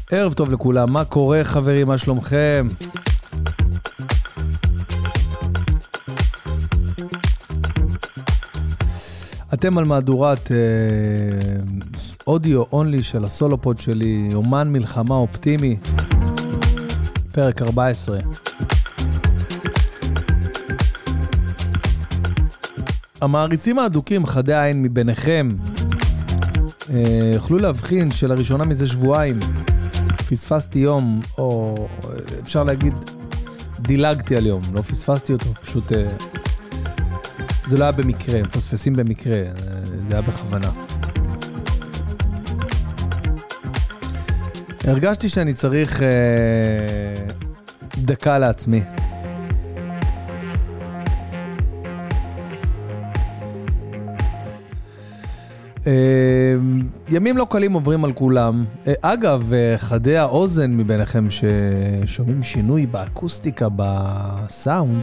ערב טוב לכולם, מה קורה חברים, מה שלומכם? אתם על מהדורת אודיו אונלי של הסולופוד שלי, אומן מלחמה אופטימי, פרק 14. המעריצים האדוקים, חדי העין מביניכם, יכלו להבחין שלראשונה מזה שבועיים פספסתי יום, או אפשר להגיד דילגתי על יום, לא פספסתי אותו, פשוט זה לא היה במקרה, מפספסים במקרה, זה היה בכוונה. הרגשתי שאני צריך דקה לעצמי. ימים לא קלים עוברים על כולם. אגב, חדי האוזן מביניכם ששומעים שינוי באקוסטיקה, בסאונד,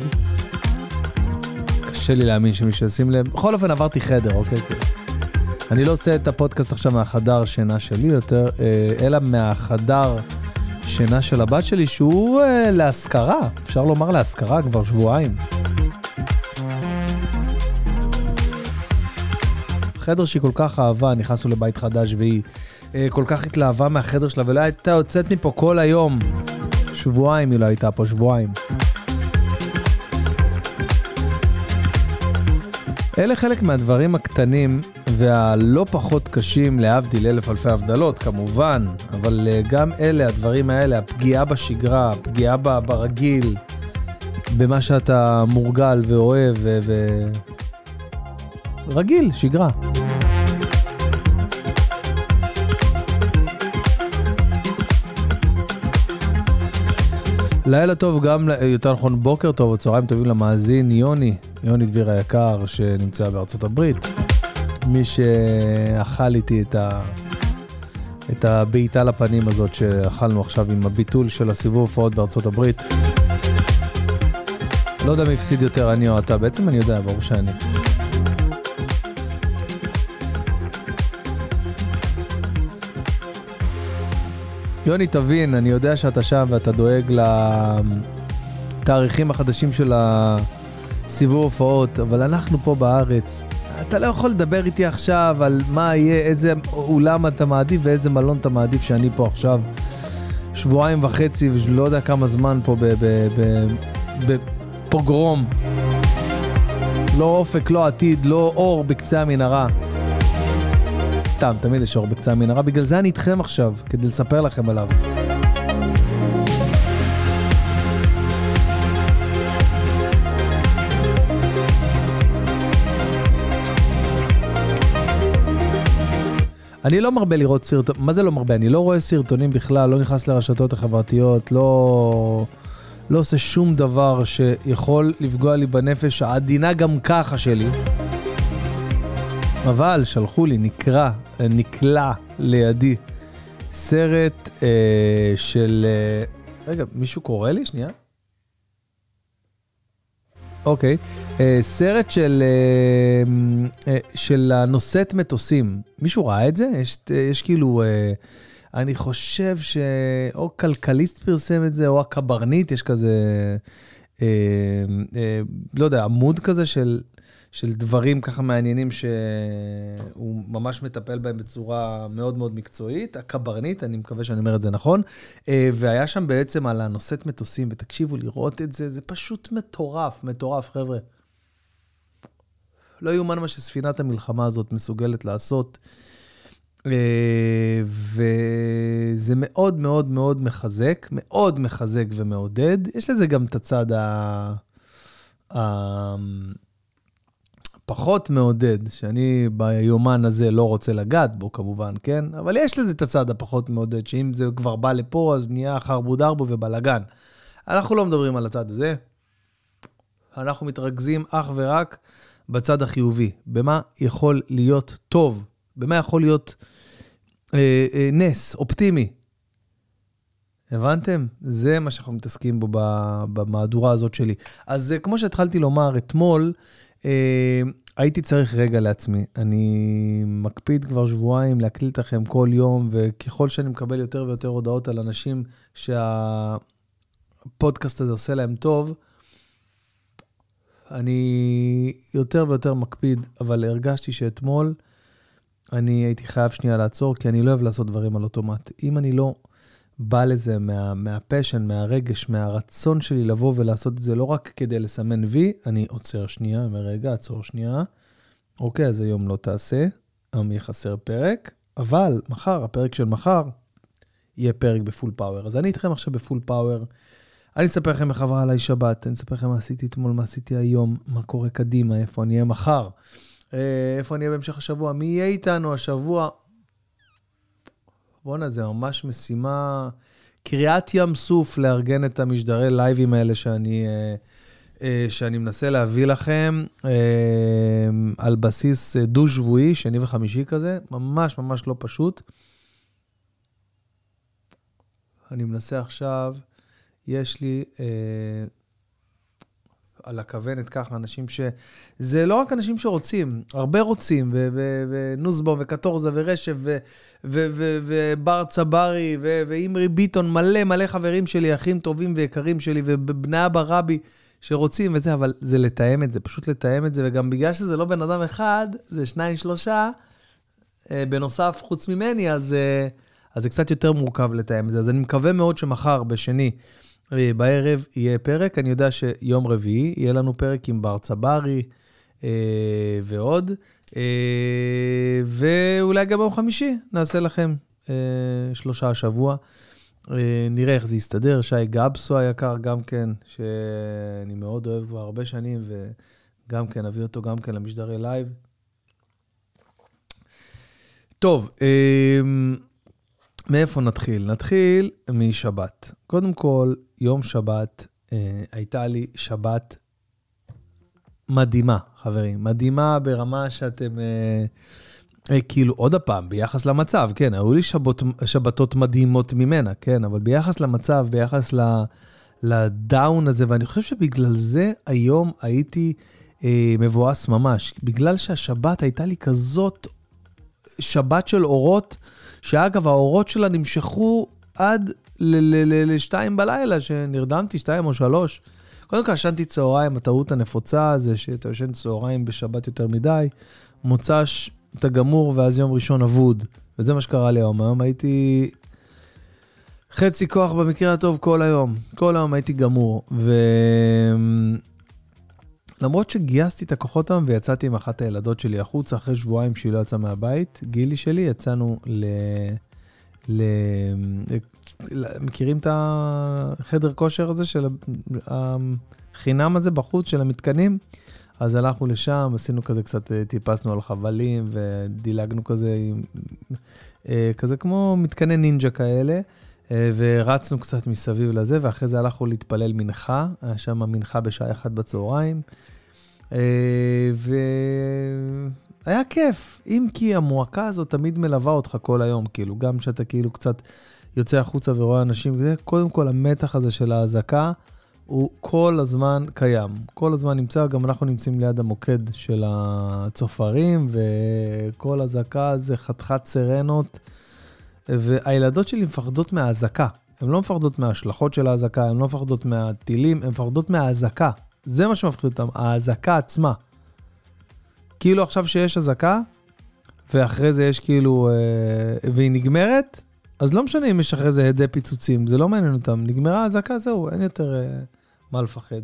קשה לי להאמין שמישהו ישים לב. בכל אופן עברתי חדר, אוקיי? אני לא עושה את הפודקאסט עכשיו מהחדר שינה שלי יותר, אלא מהחדר שינה של הבת שלי, שהוא להשכרה, אפשר לומר להשכרה כבר שבועיים. החדר שהיא כל כך אהבה, נכנסנו לבית חדש והיא כל כך התלהבה מהחדר שלה, ולא הייתה יוצאת מפה כל היום. שבועיים היא לא הייתה פה, שבועיים. אלה חלק מהדברים הקטנים והלא פחות קשים, להבדיל אלף אלפי הבדלות כמובן, אבל גם אלה, הדברים האלה, הפגיעה בשגרה, הפגיעה ברגיל, במה שאתה מורגל ואוהב רגיל, שגרה. לילה טוב גם, יותר נכון בוקר טוב או צהריים טובים למאזין יוני דביר היקר שנמצא בארצות הברית. מי שאכל איתי את הבעיטה לפנים הזאת שאכלנו עכשיו עם הביטול של הסיבוב הופעות בארצות הברית. לא יודע מי הפסיד יותר, אני או אתה. בעצם אני יודע, ברור שאני. יוני, תבין, אני יודע שאתה שם ואתה דואג לתאריכים החדשים של הסיבוב הופעות, אבל אנחנו פה בארץ. אתה לא יכול לדבר איתי עכשיו על מה יהיה, איזה אולם אתה מעדיף ואיזה מלון אתה מעדיף, שאני פה עכשיו שבועיים וחצי ולא יודע כמה זמן פה בפוגרום. לא אופק, לא עתיד, לא אור בקצה המנהרה. סתם, תמיד יש אור בקצה המנהרה, בגלל זה אני איתכם עכשיו, כדי לספר לכם עליו. אני לא מרבה לראות סרטונים, מה זה לא מרבה? אני לא רואה סרטונים בכלל, לא נכנס לרשתות החברתיות, לא עושה שום דבר שיכול לפגוע לי בנפש העדינה גם ככה שלי. אבל שלחו לי, נקלע לידי סרט של... רגע, מישהו קורא לי? שנייה. אוקיי. סרט של הנושאת מטוסים. מישהו ראה את זה? יש כאילו... אני חושב שאו כלכליסט פרסם את זה, או הקברנית, יש כזה... לא יודע, עמוד כזה של דברים ככה מעניינים שהוא ממש מטפל בהם בצורה מאוד מאוד מקצועית. הקברנית, אני מקווה שאני אומר את זה נכון, והיה שם בעצם על הנושאת מטוסים, ותקשיבו לראות את זה, זה פשוט מטורף חבר'ה. לא יאומן מה שספינת המלחמה הזאת מסוגלת לעשות, וזה מאוד מאוד מאוד מחזק, מאוד מחזק ומעודד. יש לזה גם את הצד פחות מעודד, שאני ביומן הזה לא רוצה לגעת בו כמובן, כן? אבל יש לזה את הצד הפחות מעודד, שאם זה כבר בא לפה, אז נהיה חרבו דרבו ובלגן. אנחנו לא מדברים על הצד הזה, אנחנו מתרכזים אך ורק בצד החיובי, במה יכול להיות טוב, במה יכול להיות נס, אופטימי. הבנתם? זה מה שאנחנו מתעסקים בו במהדורה הזאת שלי. אז כמו שהתחלתי לומר, אתמול הייתי צריך רגע לעצמי. אני מקפיד כבר שבועיים להקליט לכם כל יום, וככל שאני מקבל יותר ויותר הודעות על אנשים שהפודקאסט הזה עושה להם טוב, אני יותר ויותר מקפיד, אבל הרגשתי שאתמול אני הייתי חייב שנייה לעצור, כי אני לא אוהב לעשות דברים על אוטומט. אם אני לא בא לזה מהפשן, מהרגש, מהרצון שלי לבוא ולעשות את זה, לא רק כדי לסמן וי, אני עוצר שנייה, רגע, עצור שנייה. אוקיי, אז היום לא תעשה, היום יהיה חסר פרק, אבל מחר, הפרק של מחר, יהיה פרק בפול פאוור. אז אני איתכם עכשיו בפול פאוור. אני אספר לכם איך עברה עליי שבת, אני אספר לכם מה עשיתי אתמול, מה עשיתי היום, מה קורה קדימה, איפה אני אהיה מחר, איפה אני אהיה בהמשך השבוע, מי יהיה איתנו השבוע. בוא'נה, זה ממש משימה, קריאת ים סוף לארגן את המשדרי לייבים האלה שאני מנסה להביא לכם, על בסיס דו שבועי, שני וחמישי כזה, ממש ממש לא פשוט. אני מנסה עכשיו, יש לי על הכוונת ככה, אנשים זה לא רק אנשים שרוצים, הרבה רוצים, ונוסבום, וקטורזה, ורשב, ובר צברי, ואימרי ביטון, מלא חברים שלי, אחים טובים ויקרים שלי, ובני אבא רבי שרוצים וזה, אבל זה לתאם את זה, פשוט לתאם את זה, וגם בגלל שזה לא בן אדם אחד, זה 2-3, בנוסף חוץ ממני, אז זה קצת יותר מורכב לתאם את זה. אז אני מקווה מאוד שמחר, בשני, בערב יהיה פרק. אני יודע שיום רביעי יהיה לנו פרק עם בר צברי ועוד, ואולי גם ביום חמישי נעשה לכם 3 השבוע. נראה איך זה יסתדר. שי גבסו היקר גם כן, שאני מאוד אוהב כבר הרבה שנים, וגם כן אביא אותו גם כן למשדרי לייב. טוב, מאיפה נתחיל? נתחיל משבת. קודם כל, יום שבת, הייתה לי שבת מדהימה, חברים. מדהימה ברמה שאתם, כאילו, עוד הפעם, ביחס למצב, כן, היו לי שבתות מדהימות ממנה, כן, אבל ביחס למצב, ביחס לדאון הזה, ואני חושב שבגלל זה היום הייתי מבואס ממש. בגלל שהשבת הייתה לי כזאת שבת של אורות, שאגב, האורות שלה נמשכו עד ל-2 בלילה, שנרדמתי 2 או 3. קודם כל, ישנתי צהריים, הטעות הנפוצה זה שאתה ישן צהריים בשבת יותר מדי, מוצ"ש אתה גמור, ואז יום ראשון אבוד. וזה מה שקרה לי היום. היום הייתי חצי כוח במקרה הטוב כל היום. כל היום הייתי גמור. למרות שגייסתי את הכוחות היום ויצאתי עם אחת הילדות שלי החוצה, אחרי שבועיים שהיא לא יצאה מהבית, גילי שלי, יצאנו מכירים את החדר כושר הזה של החינם הזה בחוץ של המתקנים? אז הלכנו לשם, עשינו כזה קצת, טיפסנו על חבלים ודילגנו כזה כמו מתקני נינג'ה כאלה, ורצנו קצת מסביב לזה, ואחרי זה הלכנו להתפלל מנחה, היה שם מנחה בשעה 1 בצהריים, והיה כיף, אם כי המועקה הזאת תמיד מלווה אותך כל היום, כאילו, גם שאתה כאילו קצת יוצא החוצה ורואה אנשים, קודם כל המתח הזה של ההזקה, הוא כל הזמן קיים, כל הזמן נמצא, גם אנחנו נמצאים ליד המוקד של הצופרים, וכל הזקה זה חתיכת סרנות, והילדות שלי מפחדות מההזקה, הן לא מפחדות מההשלכות של ההזקה, הן לא מפחדות מהטילים, הן מפחדות מההזקה, זה מה שמפחיד אותם, ההזקה עצמה. כאילו עכשיו שיש הזקה, ואחרי זה יש כאילו, והיא נגמרת, אז לא משנה אם יש אחרי זה הדי פיצוצים, זה לא מעניין אותם, נגמרה ההזקה, זהו, אין יותר מה לפחד.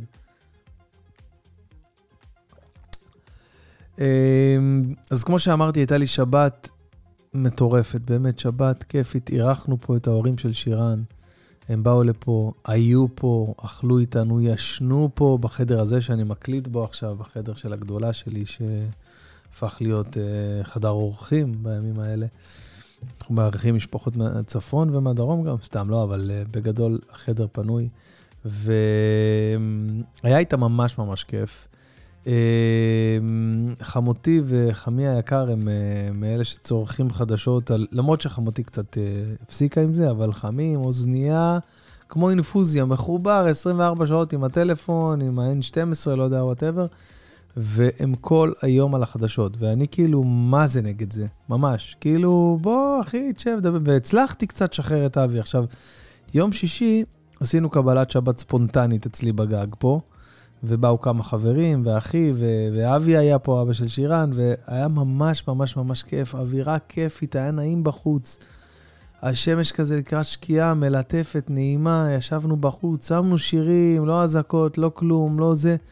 אז כמו שאמרתי, הייתה לי שבת מטורפת, באמת שבת כיפית, אירחנו פה את ההורים של שירן, הם באו לפה, היו פה, אכלו איתנו, ישנו פה בחדר הזה שאני מקליט בו עכשיו, בחדר של הגדולה שלי, שהפך להיות חדר אורחים בימים האלה. אנחנו מארחים משפחות מהצפון ומהדרום גם, סתם לא, אבל בגדול החדר פנוי, והיה איתה ממש ממש כיף. חמותי וחמי היקר הם מאלה שצורכים חדשות, למרות שחמותי קצת הפסיקה עם זה, אבל חמי עם אוזנייה כמו אינפוזיה, מחובר 24 שעות עם הטלפון, עם ה-N12, לא יודע, whatever, והם כל היום על החדשות, ואני כאילו, מה זה נגד זה? ממש, כאילו, בוא, אחי, תשב, דבר, והצלחתי קצת שחרר את אבי. עכשיו, יום שישי עשינו קבלת שבת ספונטנית אצלי בגג פה, ובאו כמה חברים, ואחי, ואבי היה פה, אבא של שירן, והיה ממש ממש ממש כיף, אווירה כיפית, היה נעים בחוץ. השמש כזה לקראת שקיעה, מלטפת, נעימה, ישבנו בחוץ, שמנו שירים, לא הזקות, לא כלום, לא זה.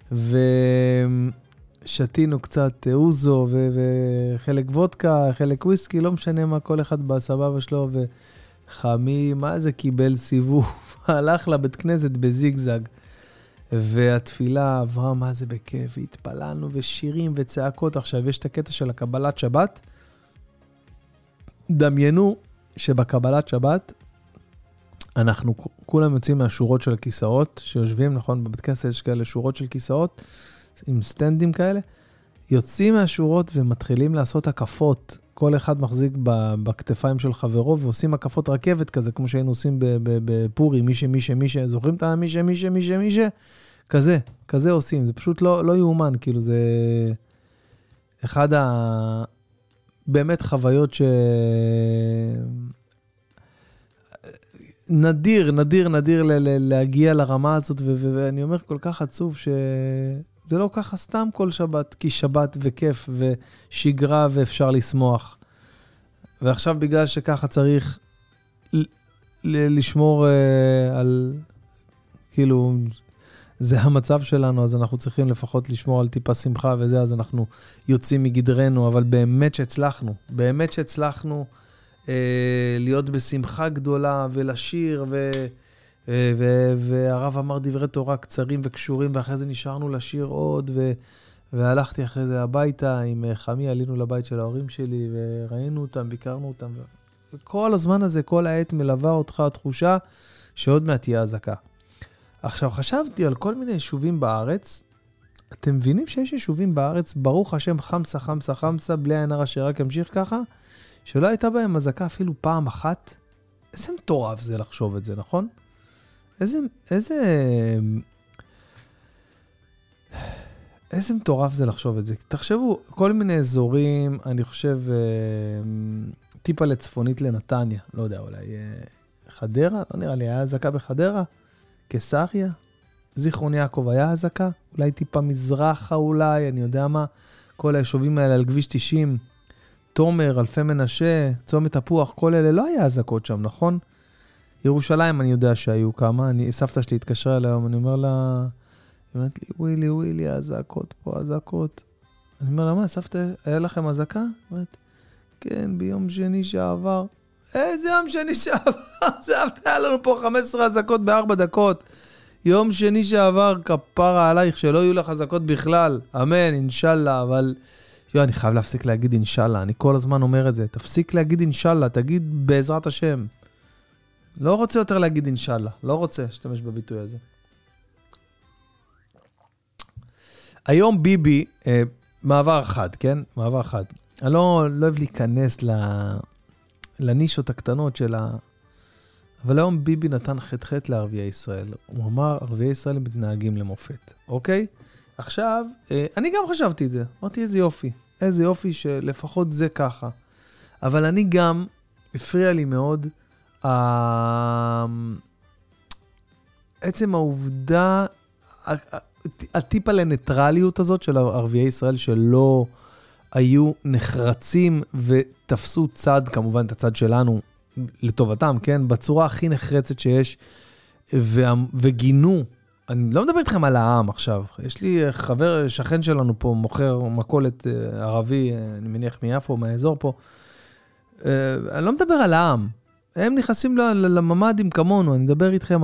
ושתינו קצת אוזו וחלק וודקה, חלק וויסקי, לא משנה מה, כל אחד בסבבה שלו, וחמי, מה זה קיבל סיבוב, הלך לבית כנסת בזיגזג, והתפילה עברה, מה זה בכיף, התפללנו ושירים וצעקות. עכשיו יש את הקטע של הקבלת שבת, דמיינו שבקבלת שבת, אנחנו כולם יוצאים מהשורות של הכיסאות, שיושבים, נכון, בבית כנסת יש כאלה שורות של כיסאות, עם סטנדים כאלה, יוצאים מהשורות ומתחילים לעשות הקפות, כל אחד מחזיק בכתפיים של חברו, ועושים הקפות רכבת כזה, כמו שהיינו עושים בפורי, מי זוכרים את מי כזה עושים, זה פשוט לא יאומן, כאילו זה אחד באמת חוויות נדיר להגיע לרמה הזאת, ואני אומר כל כך עצוב שזה לא ככה סתם כל שבת, כי שבת וכיף ושגרה ואפשר לשמוח. ועכשיו בגלל שככה צריך לשמור על, כאילו, זה המצב שלנו, אז אנחנו צריכים לפחות לשמור על טיפה שמחה וזה, אז אנחנו יוצאים מגדרנו, אבל באמת שהצלחנו להיות בשמחה גדולה ולשיר, והרב אמר דברי תורה קצרים וקשורים, ואחרי זה נשארנו לשיר עוד, והלכתי אחרי זה הביתה עם חמי, עלינו לבית של ההורים שלי, וראינו אותם, ביקרנו אותם. כל הזמן הזה, כל העת מלווה אותך התחושה שעוד מעט תהיה הזקה. עכשיו, חשבתי על כל מיני יישובים בארץ. אתם מבינים שיש יישובים בארץ, ברוך השם, חמסה, בלי עין הרע שרק ימשיך ככה, שלא הייתה בהם הזקה אפילו פעם אחת? איזה מטורף זה לחשוב את זה, נכון? איזה מטורף זה לחשוב את זה. תחשבו, כל מיני אזורים, אני חושב, טיפה לצפונית לנתניה, לא יודע, אולי חדרה, לא נראה לי, היה הזקה בחדרה, קיסריה, זיכרון יעקב היה הזקה, אולי טיפה מזרחה אולי, אני יודע מה, כל היישובים האלה על כביש 90, תומר, אלפי מנשה, צומת תפוח, כל אלה לא היה הזקות שם, נכון? ירושלים אני יודע שהיו כמה, סבתא שלי התקשרה אליהם, אני אומר לה, היא אומרת לי, ווילי, הזקות פה, הזקות. אני אומר לה, מה, סבתא, היה לכם הזקה? היא אומרת, כן, ביום שני שעבר. איזה יום שני שעבר? סבתא, היה לנו פה 15 הזקות ב4 דקות. יום שני שעבר, כפרה עלייך, שלא יהיו לך הזקות בכלל. אמן, אינשאללה, אבל אני חייב להפסיק להגיד אינשאללה, אני כל הזמן אומר את זה, תפסיק להגיד אינשאללה, תגיד בעזרת השם. לא רוצה יותר להגיד אינשאללה, לא רוצה להשתמש בביטוי הזה. היום ביבי, מעבר אחד, כן? מעבר אחד. אני לא אוהב להיכנס לנישות הקטנות שלה, אבל היום ביבי נתן חטחט לערביי ישראל. הוא אמר, ערביי ישראל מתנהגים למופת, אוקיי? עכשיו, אני גם חשבתי את זה. אמרתי, איזה יופי שלפחות זה ככה. אבל אני גם, הפריע לי מאוד, עצם העובדה, הטיפה לניטרליות הזאת של ערביי ישראל, שלא היו נחרצים ותפסו צד, כמובן את הצד שלנו, לטובתם, כן? בצורה הכי נחרצת שיש, וגינו. אני לא מדבר איתכם על העם עכשיו. יש לי חבר, שכן שלנו פה, מוכר מכולת ערבי, אני מניח מיפו, מהאזור פה. אני לא מדבר על העם. הם נכנסים לממדים כמונו. אני מדבר איתכם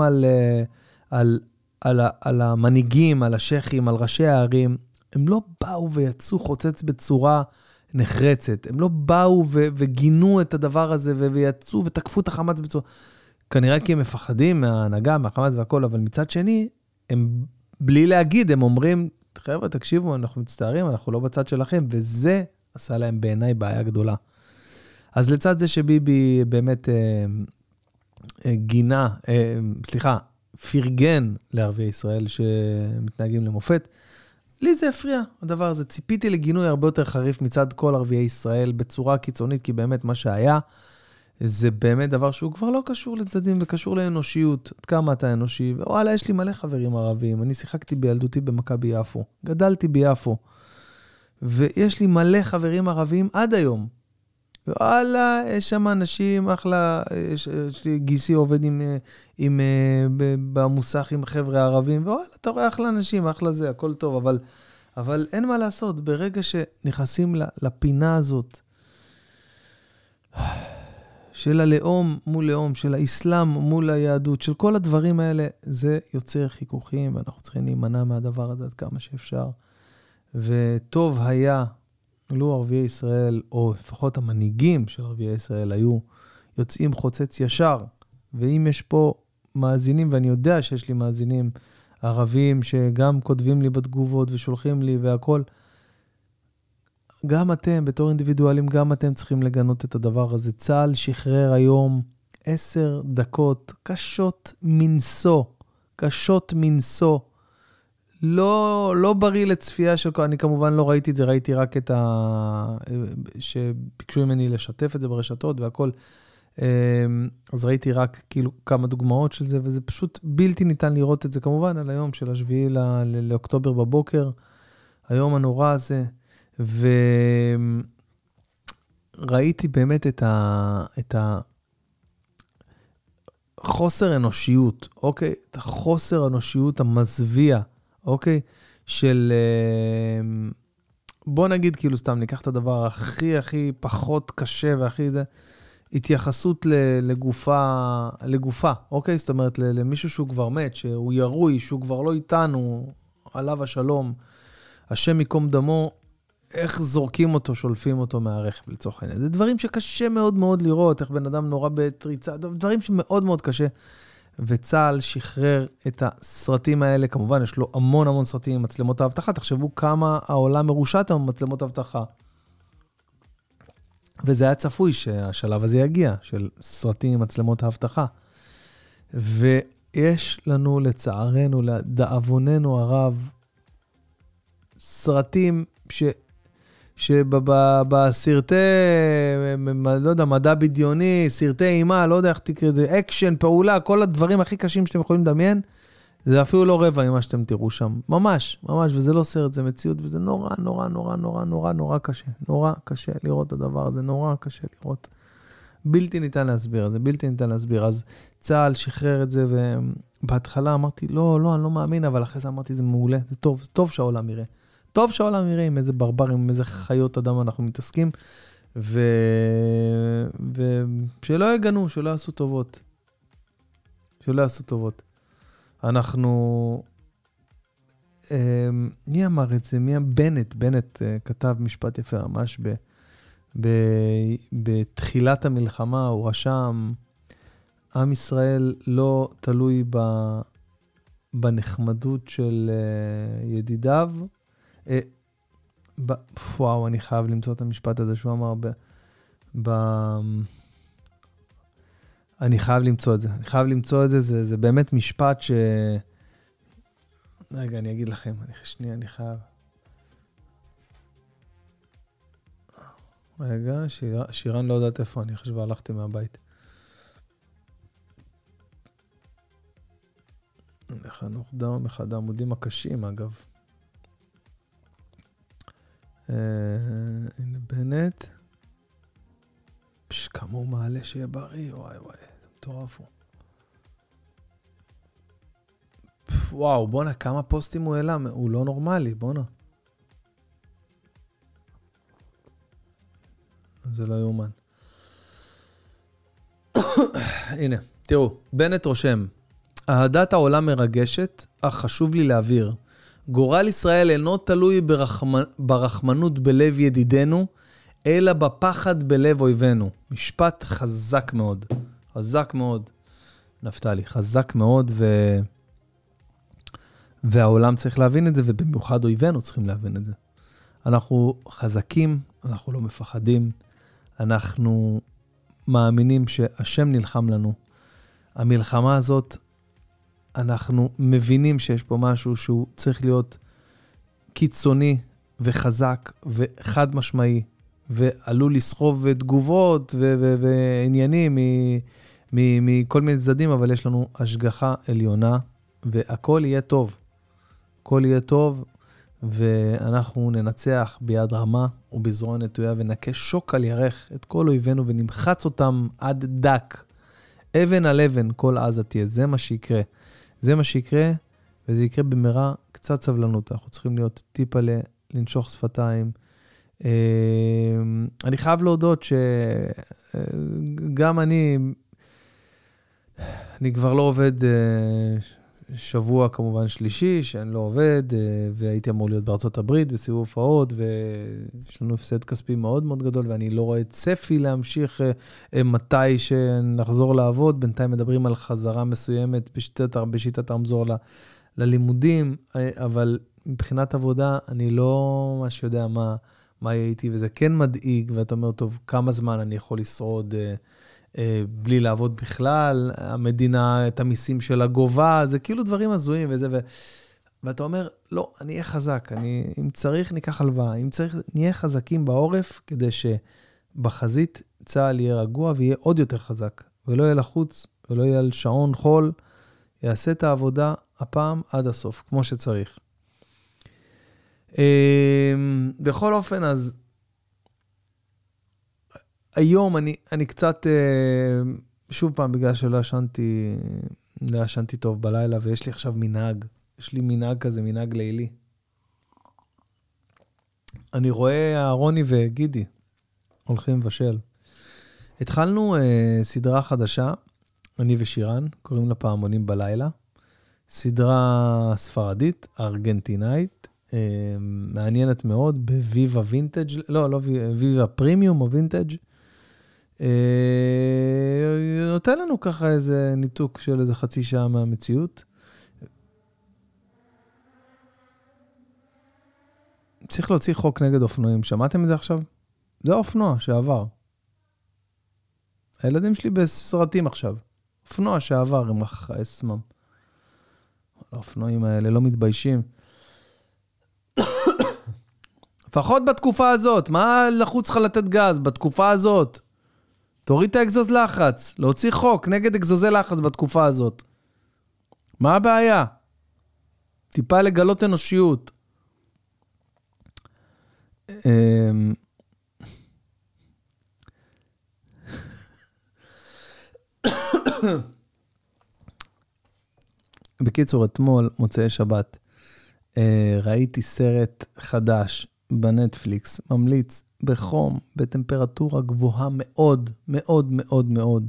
על המנהיגים, על השייכים, על ראשי הערים. הם לא באו ויצאו חוצץ בצורה נחרצת. הם לא באו וגינו את הדבר הזה, ויצאו ותקפו את החמאס בצורה. כנראה כי הם מפחדים מההנהגה, מהחמאס והכל, אבל מצד שני, הם בלי להגיד, הם אומרים, חבר'ה, תקשיבו, אנחנו מצטערים, אנחנו לא בצד שלכם, וזה עשה להם בעיניי בעיה גדולה. אז לצד זה שביבי באמת פרגן לערביי ישראל שמתנהגים למופת, לי זה הפריע, הדבר הזה. ציפיתי לגינוי הרבה יותר חריף מצד כל ערביי ישראל, בצורה קיצונית, כי באמת מה שהיה, זה באמת דבר שהוא כבר לא קשור לצדדים, וקשור לאנושיות. עד כמה אתה אנושי? וואלה, יש לי מלא חברים ערבים. אני שיחקתי בילדותי במכבי יפו. גדלתי ביפו. ויש לי מלא חברים ערבים עד היום. וואלה, יש שם אנשים, אחלה, יש לי גיסי עובד במוסך עם חבר'ה ערבים, ווואלה, אתה רואה אחלה אנשים, אחלה זה, הכל טוב, אבל אין מה לעשות, ברגע שנכנסים לפינה הזאת, של הלאום מול לאום, של האסלאם מול היהדות, של כל הדברים האלה, זה יוצר חיכוכים, ואנחנו צריכים להימנע מהדבר הזה עד כמה שאפשר. וטוב היה, לו ערביי ישראל, או לפחות המנהיגים של ערביי ישראל, היו יוצאים חוצץ ישר. ואם יש פה מאזינים, ואני יודע שיש לי מאזינים ערבים, שגם כותבים לי בתגובות ושולחים לי והכל, גם אתם, בתור אינדיבידואלים, גם אתם צריכים לגנות את הדבר הזה. צה"ל שחרר היום 10 דקות קשות מנשוא, קשות מנשוא. לא בריא לצפייה של... אני כמובן לא ראיתי את זה, ראיתי רק את שביקשו ממני לשתף את זה ברשתות והכל. אז ראיתי רק כאילו כמה דוגמאות של זה, וזה פשוט בלתי ניתן לראות את זה כמובן על היום של 7 לאוקטובר בבוקר, היום הנורא הזה. וראיתי באמת את החוסר אנושיות, אוקיי? את החוסר אנושיות המזוויע, אוקיי? של, בוא נגיד כאילו סתם, ניקח את הדבר הכי פחות קשה והכי זה, התייחסות לגופה, אוקיי? זאת אומרת, למישהו שהוא כבר מת, שהוא ירוי, שהוא כבר לא איתנו, עליו השלום, השם יקום דמו, איך זורקים אותו, שולפים אותו מהרכב לצורך העניין. זה דברים שקשה מאוד מאוד לראות, איך בן אדם נורא בטריצה, דברים שמאוד מאוד קשה. וצה"ל שחרר את הסרטים האלה, כמובן יש לו המון סרטים עם מצלמות האבטחה, תחשבו כמה העולם מרושת עם מצלמות האבטחה. וזה היה צפוי שהשלב הזה יגיע, של סרטים עם מצלמות האבטחה. ויש לנו לצערנו, לדאבוננו הרב, סרטים שבסרטי, לא יודע, מדע בדיוני, סרטי אימה, לא יודע איך תקרא, אקשן, פעולה, כל הדברים הכי קשים שאתם יכולים לדמיין, זה אפילו לא רבע ממה שאתם תראו שם. ממש, וזה לא סרט, זה מציאות, וזה נורא קשה. נורא קשה לראות את הדבר הזה, נורא קשה לראות. בלתי ניתן להסביר, זה בלתי ניתן להסביר. אז צה"ל שחרר את זה, ובהתחלה אמרתי, לא, אני לא מאמין, אבל אחרי זה אמרתי, זה מעולה, זה טוב שהעולם יראה. טוב שהעולם יראה עם איזה ברברים, עם איזה חיות אדם אנחנו מתעסקים, ושלא יגנו, שלא יעשו טובות. אנחנו, מי אמר את זה? בנט כתב משפט יפה ממש בתחילת המלחמה, הוא רשם, עם ישראל לא תלוי בנחמדות של ידידיו, וואו, אני חייב למצוא את המשפט הזה שהוא אמר אני חייב למצוא את זה, זה באמת משפט רגע, אני אגיד לכם, אני חייב. רגע, שירן לא יודעת איפה, אני חושב הלכתי מהבית. חנוך דאום, אחד העמודים הקשים אגב. הנה בנט. כמה הוא מעלה שיהיה בריא, וואי, זה מטורף הוא. וואו, בונה, כמה פוסטים הוא העלה, הוא לא נורמלי, בונה. זה לא יאומן. הנה, תראו, בנט רושם, אהדת העולם מרגשת, אך חשוב לי להבהיר. גורל ישראל אינו תלוי ברחמנות בלב ידידנו, אלא בפחד בלב אויבינו. משפט חזק מאוד, נפתלי, חזק מאוד, והעולם צריך להבין את זה, ובמיוחד אויבינו צריכים להבין את זה. אנחנו חזקים, אנחנו לא מפחדים, אנחנו מאמינים שהשם נלחם לנו. המלחמה הזאת, אנחנו מבינים שיש פה משהו שהוא צריך להיות קיצוני וחזק וחד משמעי, ועלול לסחוב תגובות ועניינים מכל מיני צדדים, אבל יש לנו השגחה עליונה, והכל יהיה טוב. הכל יהיה טוב, ואנחנו ננצח ביד רמה ובזרוע נטויה, ונקה שוק על ירך את כל אויבינו, ונמחץ אותם עד דק. אבן על אבן, כל עזה תהיה. זה מה שיקרה. זה מה שיקרה, וזה יקרה במהרה. קצת סבלנות. אנחנו צריכים להיות טיפה לנשוך שפתיים. אני חייב להודות שגם אני כבר לא עובד שבוע כמובן שלישי, שאני לא עובד, והייתי אמור להיות בארצות הברית בסיבוב הופעות, ויש לנו הפסד כספי מאוד מאוד גדול, ואני לא רואה צפי להמשיך מתי שנחזור לעבוד. בינתיים מדברים על חזרה מסוימת בשיטת הרמזור ללימודים, אבל מבחינת עבודה אני לא ממש יודע מה הייתי, וזה כן מדאיג, ואתה אומר, טוב, כמה זמן אני יכול לשרוד בלי לעבוד בכלל, המדינה, את המיסים של הגובה, זה כאילו דברים הזויים וזה, ואתה אומר, לא, אני אהיה חזק, אם צריך ניקח הלוואה, אם צריך נהיה חזקים בעורף, כדי שבחזית צה"ל יהיה רגוע ויהיה עוד יותר חזק, ולא יהיה לחוץ, ולא יהיה על שעון חול, יעשה את העבודה הפעם עד הסוף, כמו שצריך. בכל אופן, אז היום אני קצת, שוב פעם, בגלל שלא ישנתי טוב בלילה, ויש לי עכשיו מנהג, יש לי מנהג כזה, מנהג לילי. אני רואה רוני וגידי הולכים לבשל. התחלנו סדרה חדשה, אני ושירן, קוראים לה פעמונים בלילה, סדרה ספרדית, ארגנטינאית, מעניינת מאוד, בוויבה וינטג', לא ויבה פרימיום או וינטג', נותן לנו ככה איזה ניתוק של איזה חצי שעה מהמציאות. צריך להוציא חוק נגד אופנועים, שמעתם את זה עכשיו? זה האופנוע שעבר. הילדים שלי בסרטים עכשיו. אופנוע שעבר עם עצמם. האופנועים האלה לא מתביישים. לפחות בתקופה הזאת, מה לחוץ לך לתת גז בתקופה הזאת? תוריד את האגזוז לחץ, להוציא חוק נגד אגזוזי לחץ בתקופה הזאת. מה הבעיה? טיפה לגלות אנושיות. בקיצור, אתמול, מוצאי שבת, ראיתי סרט חדש בנטפליקס, ממליץ בחום, בטמפרטורה גבוהה מאוד, מאוד, מאוד, מאוד.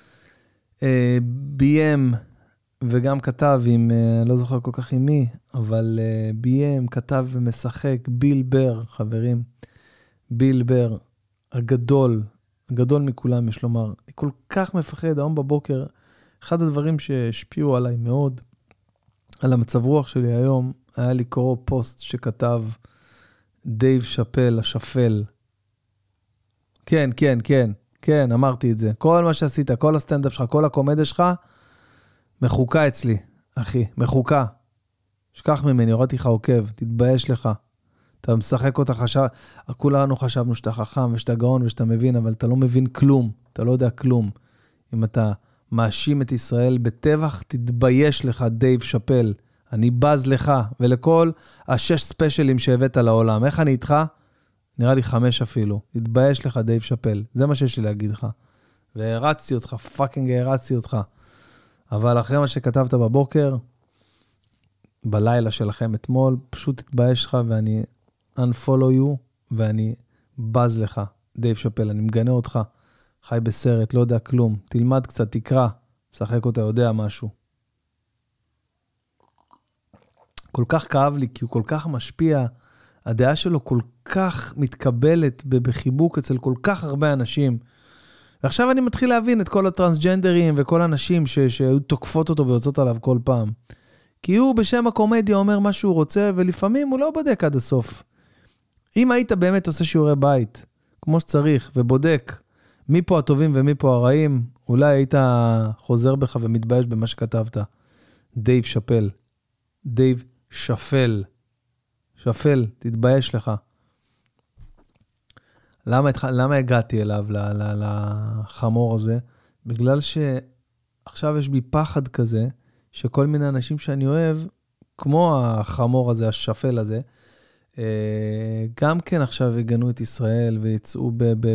ביים, וגם כתב עם, לא זוכר כל כך עם מי, אבל ביים, כתב ומשחק, ביל בר, חברים. ביל בר, הגדול מכולם, יש לומר. אני כל כך מפחד, היום בבוקר, אחד הדברים שהשפיעו עליי מאוד, על המצב רוח שלי היום, היה לקרוא פוסט שכתב דייב שאפל, השפל. כן, אמרתי את זה. כל מה שעשית, כל הסטנדאפ שלך, כל הקומדיה שלך, מחוקה אצלי, אחי, מחוקה. שכח ממני, הורדתי לך עוקב, תתבייש לך. אתה משחק אותה, כולנו חשבנו שאתה חכם ושאתה גאון ושאתה מבין, אבל אתה לא מבין כלום, אתה לא יודע כלום. אם אתה מאשים את ישראל בטבח, תתבייש לך, דייב שאפל. אני בז לך, ולכל 6 ספיישלים שהבאת לעולם. איך אני איתך? נראה לי 5 אפילו. תתבייש לך, דייב שאפל. זה מה שיש לי להגיד לך. והרצתי אותך, פאקינג הרצתי אותך. אבל אחרי מה שכתבת בבוקר, בלילה שלכם אתמול, פשוט תתבייש לך, ואני unfollow you, ואני בז לך, דייב שאפל. אני מגנה אותך. חי בסרט, לא יודע כלום. תלמד קצת, תקרא. משחק אותה, יודע משהו. כל כך כאב לי, כי הוא כל כך משפיע, הדעה שלו כל כך מתקבלת בחיבוק אצל כל כך הרבה אנשים. ועכשיו אני מתחיל להבין את כל הטרנסג'נדרים וכל האנשים שהיו תוקפות אותו ויוצאות עליו כל פעם. כי הוא בשם הקומדיה אומר מה שהוא רוצה, ולפעמים הוא לא בודק עד הסוף. אם היית באמת עושה שיעורי בית, כמו שצריך, ובודק מי פה הטובים ומי פה הרעים, אולי היית חוזר בך ומתבייש במה שכתבת. דייב שאפל. דייב שפל. שפל, תתבייש לך. למה הגעתי אליו, לחמור הזה? בגלל שעכשיו יש בי פחד כזה, שכל מיני אנשים שאני אוהב, כמו החמור הזה, השפל הזה, גם כן עכשיו הגנו את ישראל, ויצאו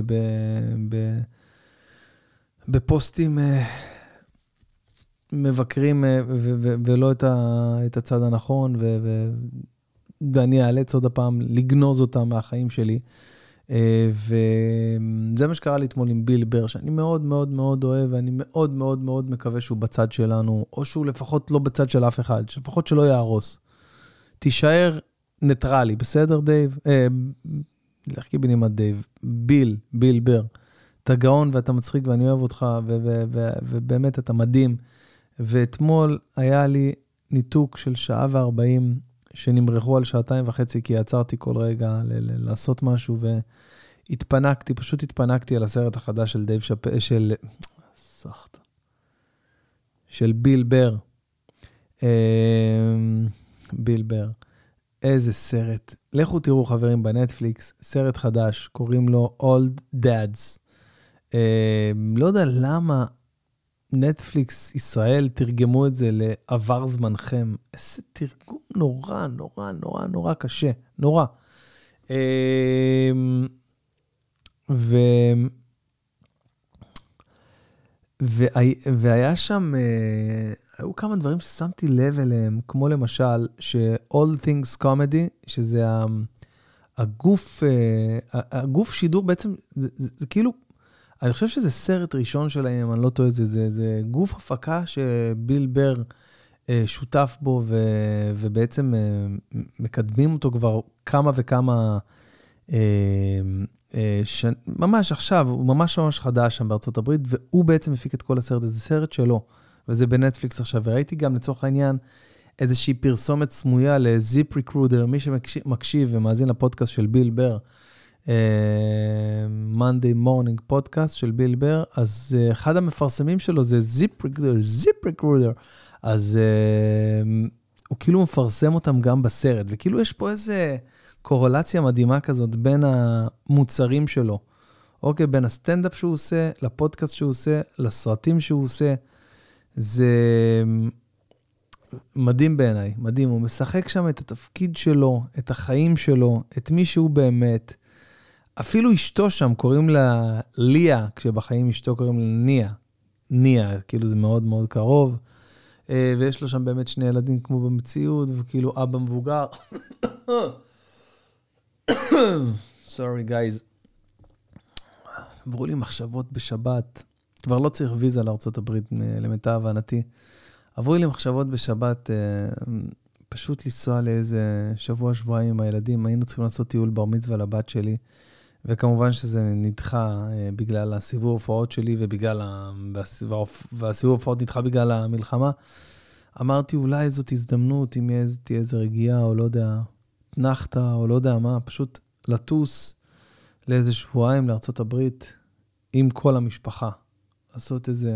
בפוסטים מבקרים, ולא את הצד הנכון, ואני אאלץ עוד הפעם לגנוז אותם מהחיים שלי. וזה מה שקרה לי אתמול עם ביל בר, שאני מאוד מאוד מאוד אוהב, ואני מאוד מאוד מאוד מקווה שהוא בצד שלנו, או שהוא לפחות לא בצד של אף אחד, לפחות שלא יהרוס. תישאר ניטרלי, בסדר דייב? לחכי בנימת דייב. ביל בר. אתה גאון ואתה מצחיק ואני אוהב אותך, ובאמת אתה מדהים. ואתמול היה לי ניתוק של 1:40, שנמרחו על 2.5, כי עצרתי כל רגע לעשות משהו, והתפנקתי, פשוט התפנקתי על הסרט החדש של דייב שפל, של ביל בר. ביל בר. איזה סרט. לכו תראו חברים בנטפליקס, סרט חדש, קוראים לו Old Dads. לא יודע למה נטפליקס ישראל תרגמו את זה לעבר זמנכם. איזה תרגום נורא, נורא, נורא, נורא קשה. נורא. והיה שם, היו כמה דברים ששמתי לב אליהם, כמו למשל, ש-All Things Comedy, שזה הגוף שידור בעצם, זה כאילו, אני חושב שזה סרט ראשון שלהם, אני לא טועה, זה גוף הפקה שביל בר שותף בו, ובעצם מקדמים אותו כבר כמה וכמה, ממש עכשיו, הוא ממש ממש חדש שם בארצות הברית, והוא בעצם מפיק את כל הסרט, זה סרט שלו, וזה בנטפליקס עכשיו, וראיתי גם לצורך העניין, איזושהי פרסומת סמויה לזיפ ריקרודר, מי שמקשיב ומאזין לפודקאסט של ביל בר, Monday Morning פודקאסט של ביל בר, אז אחד המפרסמים שלו זה זיפ ריקרודר, אז הוא כאילו מפרסם אותם גם בסרט, וכאילו יש פה איזה קורולציה מדהימה כזאת בין המוצרים שלו, אוקיי, בין הסטנדאפ שהוא עושה, לפודקאסט שהוא עושה, לסרטים שהוא עושה, זה מדהים בעיניי, מדהים, הוא משחק שם את התפקיד שלו, את החיים שלו, את מי שהוא באמת, אפילו אשתו שם קוראים לה ליה, כשבחיים אשתו קוראים לה ניה, כאילו זה מאוד מאוד קרוב, ויש לו שם באמת שני ילדים כמו במציאות, וכאילו אבא מבוגר. Sorry guys. עברו לי מחשבות בשבת, כבר לא צריך ויזה לארצות הברית למיטב הבנתי, עברו לי מחשבות בשבת, פשוט לנסוע לאיזה שבוע-שבועיים עם הילדים, היינו צריכים לעשות טיול בר מצווה לבת שלי, וכמובן שזה נדחה בגלל הסיבוב ההופעות שלי, והסיבוב ההופעות נדחה בגלל המלחמה. אמרתי, אולי זאת הזדמנות, אם תהיה איזה רגיעה, או לא יודע, נחתה, או לא יודע מה, פשוט לטוס לאיזה שבועיים לארצות הברית, עם כל המשפחה. לעשות איזה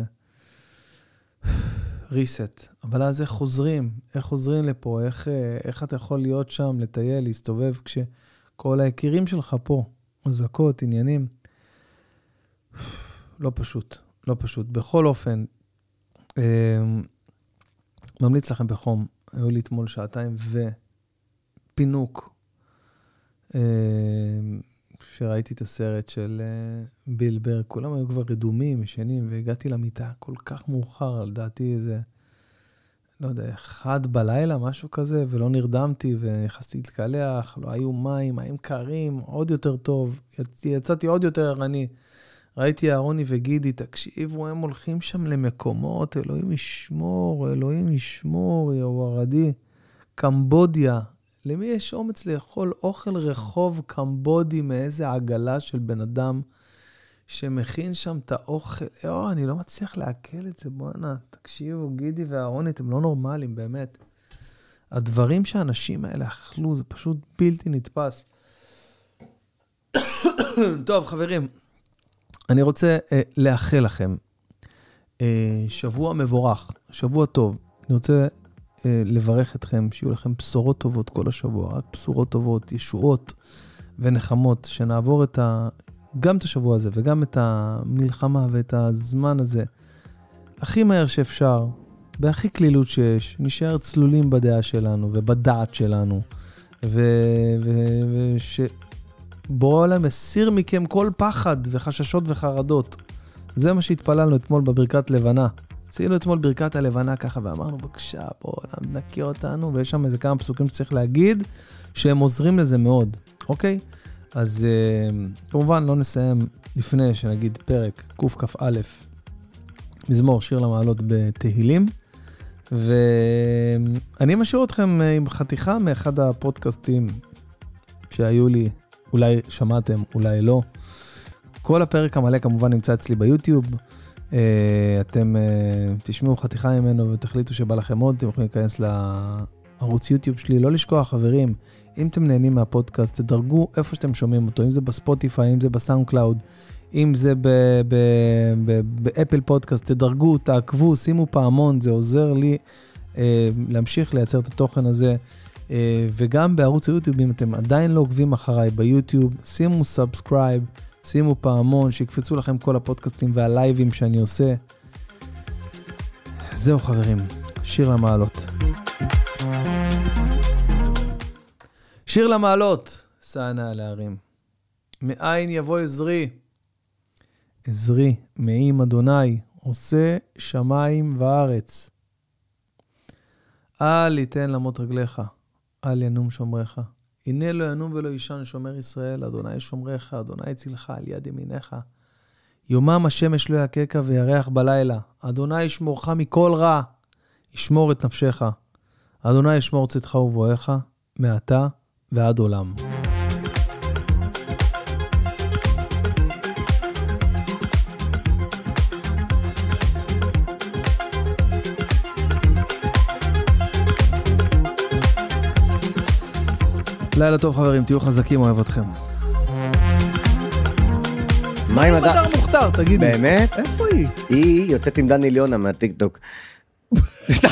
ריסט. אבל אז איך חוזרים לפה? איך אתה יכול להיות שם, לטייל, להסתובב, כשכל היקירים שלך פה, מזקות, עניינים, לא פשוט. בכל אופן, ממליץ לכם בחום, היו לי אתמול 2 ופינוק, שראיתי את הסרט של ביל בר, כולם היו כבר רדומים, ישנים, והגעתי למיטה כל כך מאוחר, על דעתי איזה, לא יודע, 1 בלילה, משהו כזה, ולא נרדמתי, ונכנסתי להתקלח, לא היו מים קרים, עוד יותר טוב, יצאתי עוד יותר ערני, ראיתי אהרוני וגידי, תקשיבו, הם הולכים שם למקומות, אלוהים ישמור, יאורדי, קמבודיה, למי יש אומץ לאכול אוכל רחוב קמבודי מאיזה עגלה של בן אדם שמכין שם את האוכל? אני לא מצליח לעכל את זה, בואנה, תקשיבו, גידי ואהרוני, אתם לא נורמליים, באמת. הדברים שהאנשים האלה אכלו, זה פשוט בלתי נתפס. טוב, חברים, אני רוצה לאחל לכם שבוע מבורך, שבוע טוב. אני רוצה לברך אתכם, שיהיו לכם בשורות טובות כל השבוע, רק בשורות טובות, ישועות ונחמות, שנעבור גם את השבוע הזה וגם את המלחמה ואת הזמן הזה הכי מהר שאפשר, בהכי כלילות שיש, נשאר צלולים בדעה שלנו ובדעת שלנו, שבורא עולם הסיר מכם כל פחד וחששות וחרדות. זה מה שהתפללנו אתמול בברכת לבנה. עשינו אתמול ברכת הלבנה ככה, ואמרנו, בבקשה, בורא עולם נקי אותנו, ויש שם איזה כמה פסוקים שצריך להגיד, שהם עוזרים לזה מאוד, אוקיי? אז כמובן לא נסיים לפני שנגיד פרק קכ"א, מזמור שיר למעלות בתהילים, ואני משאיר אתכם עם חתיכה מאחד הפודקאסטים שהיו לי, אולי שמעתם, אולי לא. כל הפרק המלא כמובן נמצא אצלי ביוטיוב, אתם תשמעו חתיכה ממנו ותחליטו שבא לכם עוד, אתם יכולים להיכנס לערוץ יוטיוב שלי, לא לשכוח חברים, אם אתם נהנים מהפודקאסט, תדרגו איפה שאתם שומעים אותו, אם זה בספוטיפיי, אם זה בסאונד קלאוד, אם זה באפל פודקאסט, תדרגו, תעקבו, שימו פעמון, זה עוזר לי להמשיך לייצר את התוכן הזה, וגם בערוץ היוטיוב, אם אתם עדיין לא עוקבים אחריי ביוטיוב, שימו סאבסקרייב, שימו פעמון, שיקפצו לכם כל הפודקאסטים והלייבים שאני עושה. זהו חברים, שיר למעלות. שיר למעלות, סע נא אל ההרים. מאין יבוא עזרי? עזרי, מעם אדוני, עושה שמיים וארץ. אל יתן למות רגליך, אל ינום שומריך. הנה לא ינום ולא ישן שומר ישראל, אדוני שומריך, אדוני צילך על יד ימינך. יומם השמש לא יקקה וירח בלילה, אדוני ישמורך מכל רע, ישמור את נפשך. אדוני ישמור צאתך ובואך, מעתה ועד עולם. לילה טוב חברים, תהיו חזקים, אוהב אתכם. מה עם הדר מוכתר, תגיד לי. באמת? איפה היא? היא יוצאת עם דני ליונה מהטיקטוק. סתם.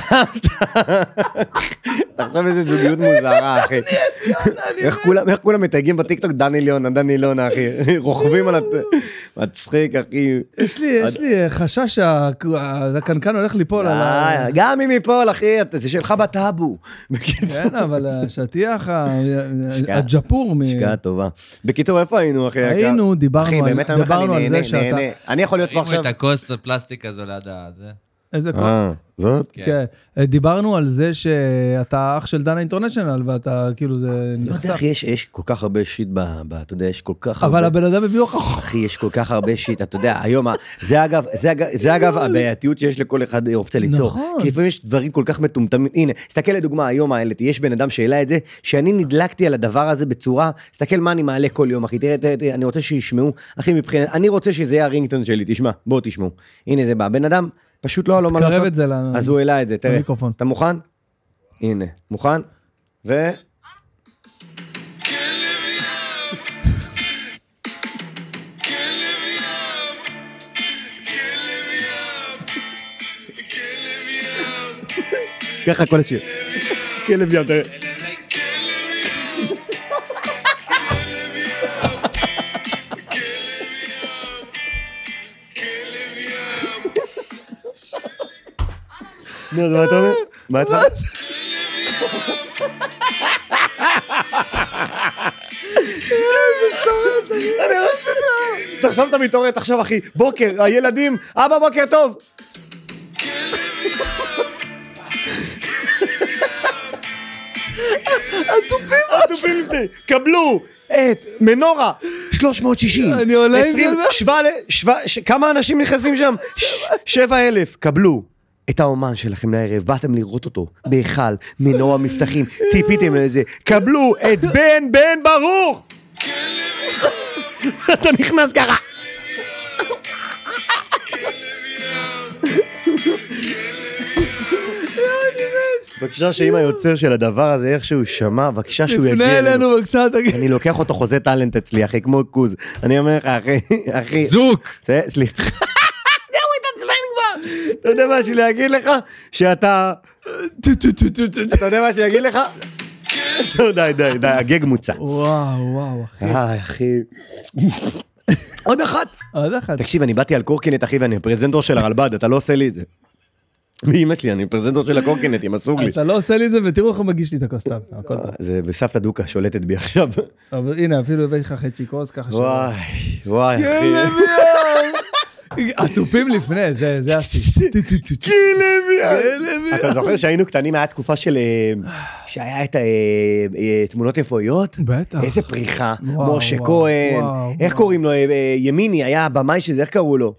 תחשוב איזה זוגיות מוזרה, אחי. איך כולם מתייגים בטיקטוק דני ליונה, אחי. רוכבים על מצחיק, אחי. יש לי חשש שהקנקן הולך ליפול על ה... גם אם ייפול, אחי, זה שלך בטאבו. כן, אבל השטיח, הג'פור. השקעה טובה. בקיצור, איפה היינו, אחי? היינו, דיברנו על זה שאתה... אני יכול להיות פה עכשיו... את הכוס הפלסטיק הזו ליד הזה. איזה כל... זאת? כן. דיברנו על זה שאתה אח של דנה אינטרנשיונל, ואתה כאילו זה נחשף. לא יודע, אחי, יש כל כך הרבה שיט אתה יודע, יש כל כך הרבה... אבל הבן אדם הביא הוכח. אחי, יש כל כך הרבה שיט, אתה יודע, היום, זה אגב הבעייתיות שיש לכל אחד אופציה ליצור. נכון. כי לפעמים יש דברים כל כך מטומטמים. הנה, סתכל לדוגמה, היום העליתי, יש בן אדם שאלה את זה, שאני נדלקתי על הדבר הזה בצורה, סתכל מה אני מעלה כל יום, אחי, תראה, אני רוצה שישמעו, אחי, מבחינת, אני רוצה שזה יהיה הרינגטון שלי, תשמע, בוא תשמעו. הנה זה בא, בן אדם פשוט לא מה לעשות. אז הוא העלה את זה, תראה. אתה מוכן? הנה, מוכן? ו... ככה כל השיר. כלב ים, תראה. נו, מה אתה אומר? מה אתה אומר? עכשיו אתה מתעורר, עכשיו אחי, בוקר, הילדים, אבא בוקר טוב. הטופים לפני, קבלו את מנורה 360. אני עולה עם זה. כמה אנשים נכנסים שם? 7,000, קבלו. את האומן שלכם לערב, באתם לראות אותו בהיכל, מנוע מבטחים, ציפיתם לזה, קבלו את בן ברוך. אתה נכנס ככה. בבקשה שאם היוצר של הדבר הזה איכשהו שמע, בבקשה שהוא יגיע לפני אלינו, בבקשה תגיד. אני לוקח אותו חוזה טלנט אצלי, אחי, כמו קוז. אני אומר לך, אחי. זוק. סליחה. אתה יודע מה שלי להגיד לך? שאתה אתה יודע מה שאני אגיד לך? די, הגג מוצא. וואו, אחי. אחי. עוד אחת. עוד אחת. תקשיב, אני באתי על קורקינט, אחי, ואני הפרזנטור של הרלב"ד, אתה לא עושה לי את זה. מאמא שלי, אני פרזנטור של הקורקינטים, אסור לי. אתה לא עושה לי את זה, ותראו איך הוא מגיש לי את הכוסתם. זה בסבתא דוקה שולטת בי עכשיו. אבל הנה, אפילו הבאתי לך חצי כוס, ככה ש... וואי, אחי. עטופים לפני, זה עשי. אתה זוכר שהיינו קטנים, היה תקופה שהיה את תמונות יפויות? בטח. איזה פריחה. וואו, משה וואו, כהן. וואו, איך קוראים לו? ימיני, היה במאי שזה, איך קראו לו?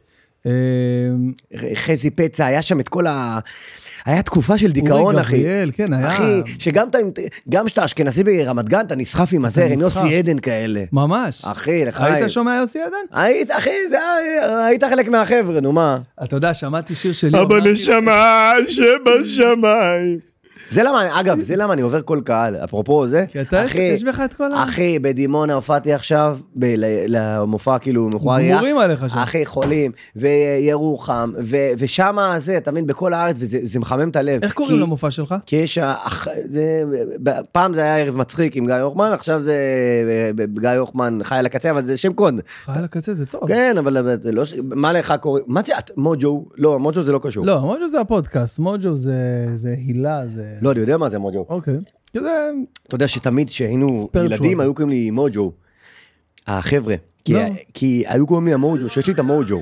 חזי פצע, היה שם את כל היה תקופה של דיכאון, אחי. אורי גבריאל, כן, היה... אחי, שגם שאתה אשכנזי ברמת גן, אתה נסחף עם הזר, עם יוסי עדן כאלה. ממש. אחי, לחיים. היית שומע יוסי עדן? אחי, היית חלק מהחבר'ה, נו מה? אתה יודע, שמעתי שיר שלי... אבא נשמה שבשמיים. זה למה, אגב, זה למה אני עובר כל קהל, אפרופו זה. כי אתה יש בך את כל אחי, בדימונה הופעתי עכשיו, למופע כאילו מכועריה. גמורים עליך שם. אחי, חולים, וירוחם, ושם זה, אתה מבין, בכל הארץ, וזה מחמם את הלב. איך קוראים למופע שלך? כי יש, פעם זה היה ערב מצחיק עם גיא אוחמן, עכשיו זה גיא אוחמן חי על הקצה, אבל זה שם קוד. חי על הקצה זה טוב. כן, אבל מה לך קוראים? מה זה, מוג'ו? לא, מוג'ו זה לא קשור. לא, מוג'ו זה הפודקאסט, מוג'ו זה הילה, זה... לא, אני יודע מה זה מוג'ו. אוקיי. אתה יודע שתמיד שהיינו ילדים, היו קוראים לי מוג'ו. החבר'ה. כי היו קוראים לי המוג'ו, שיש לי את המוג'ו.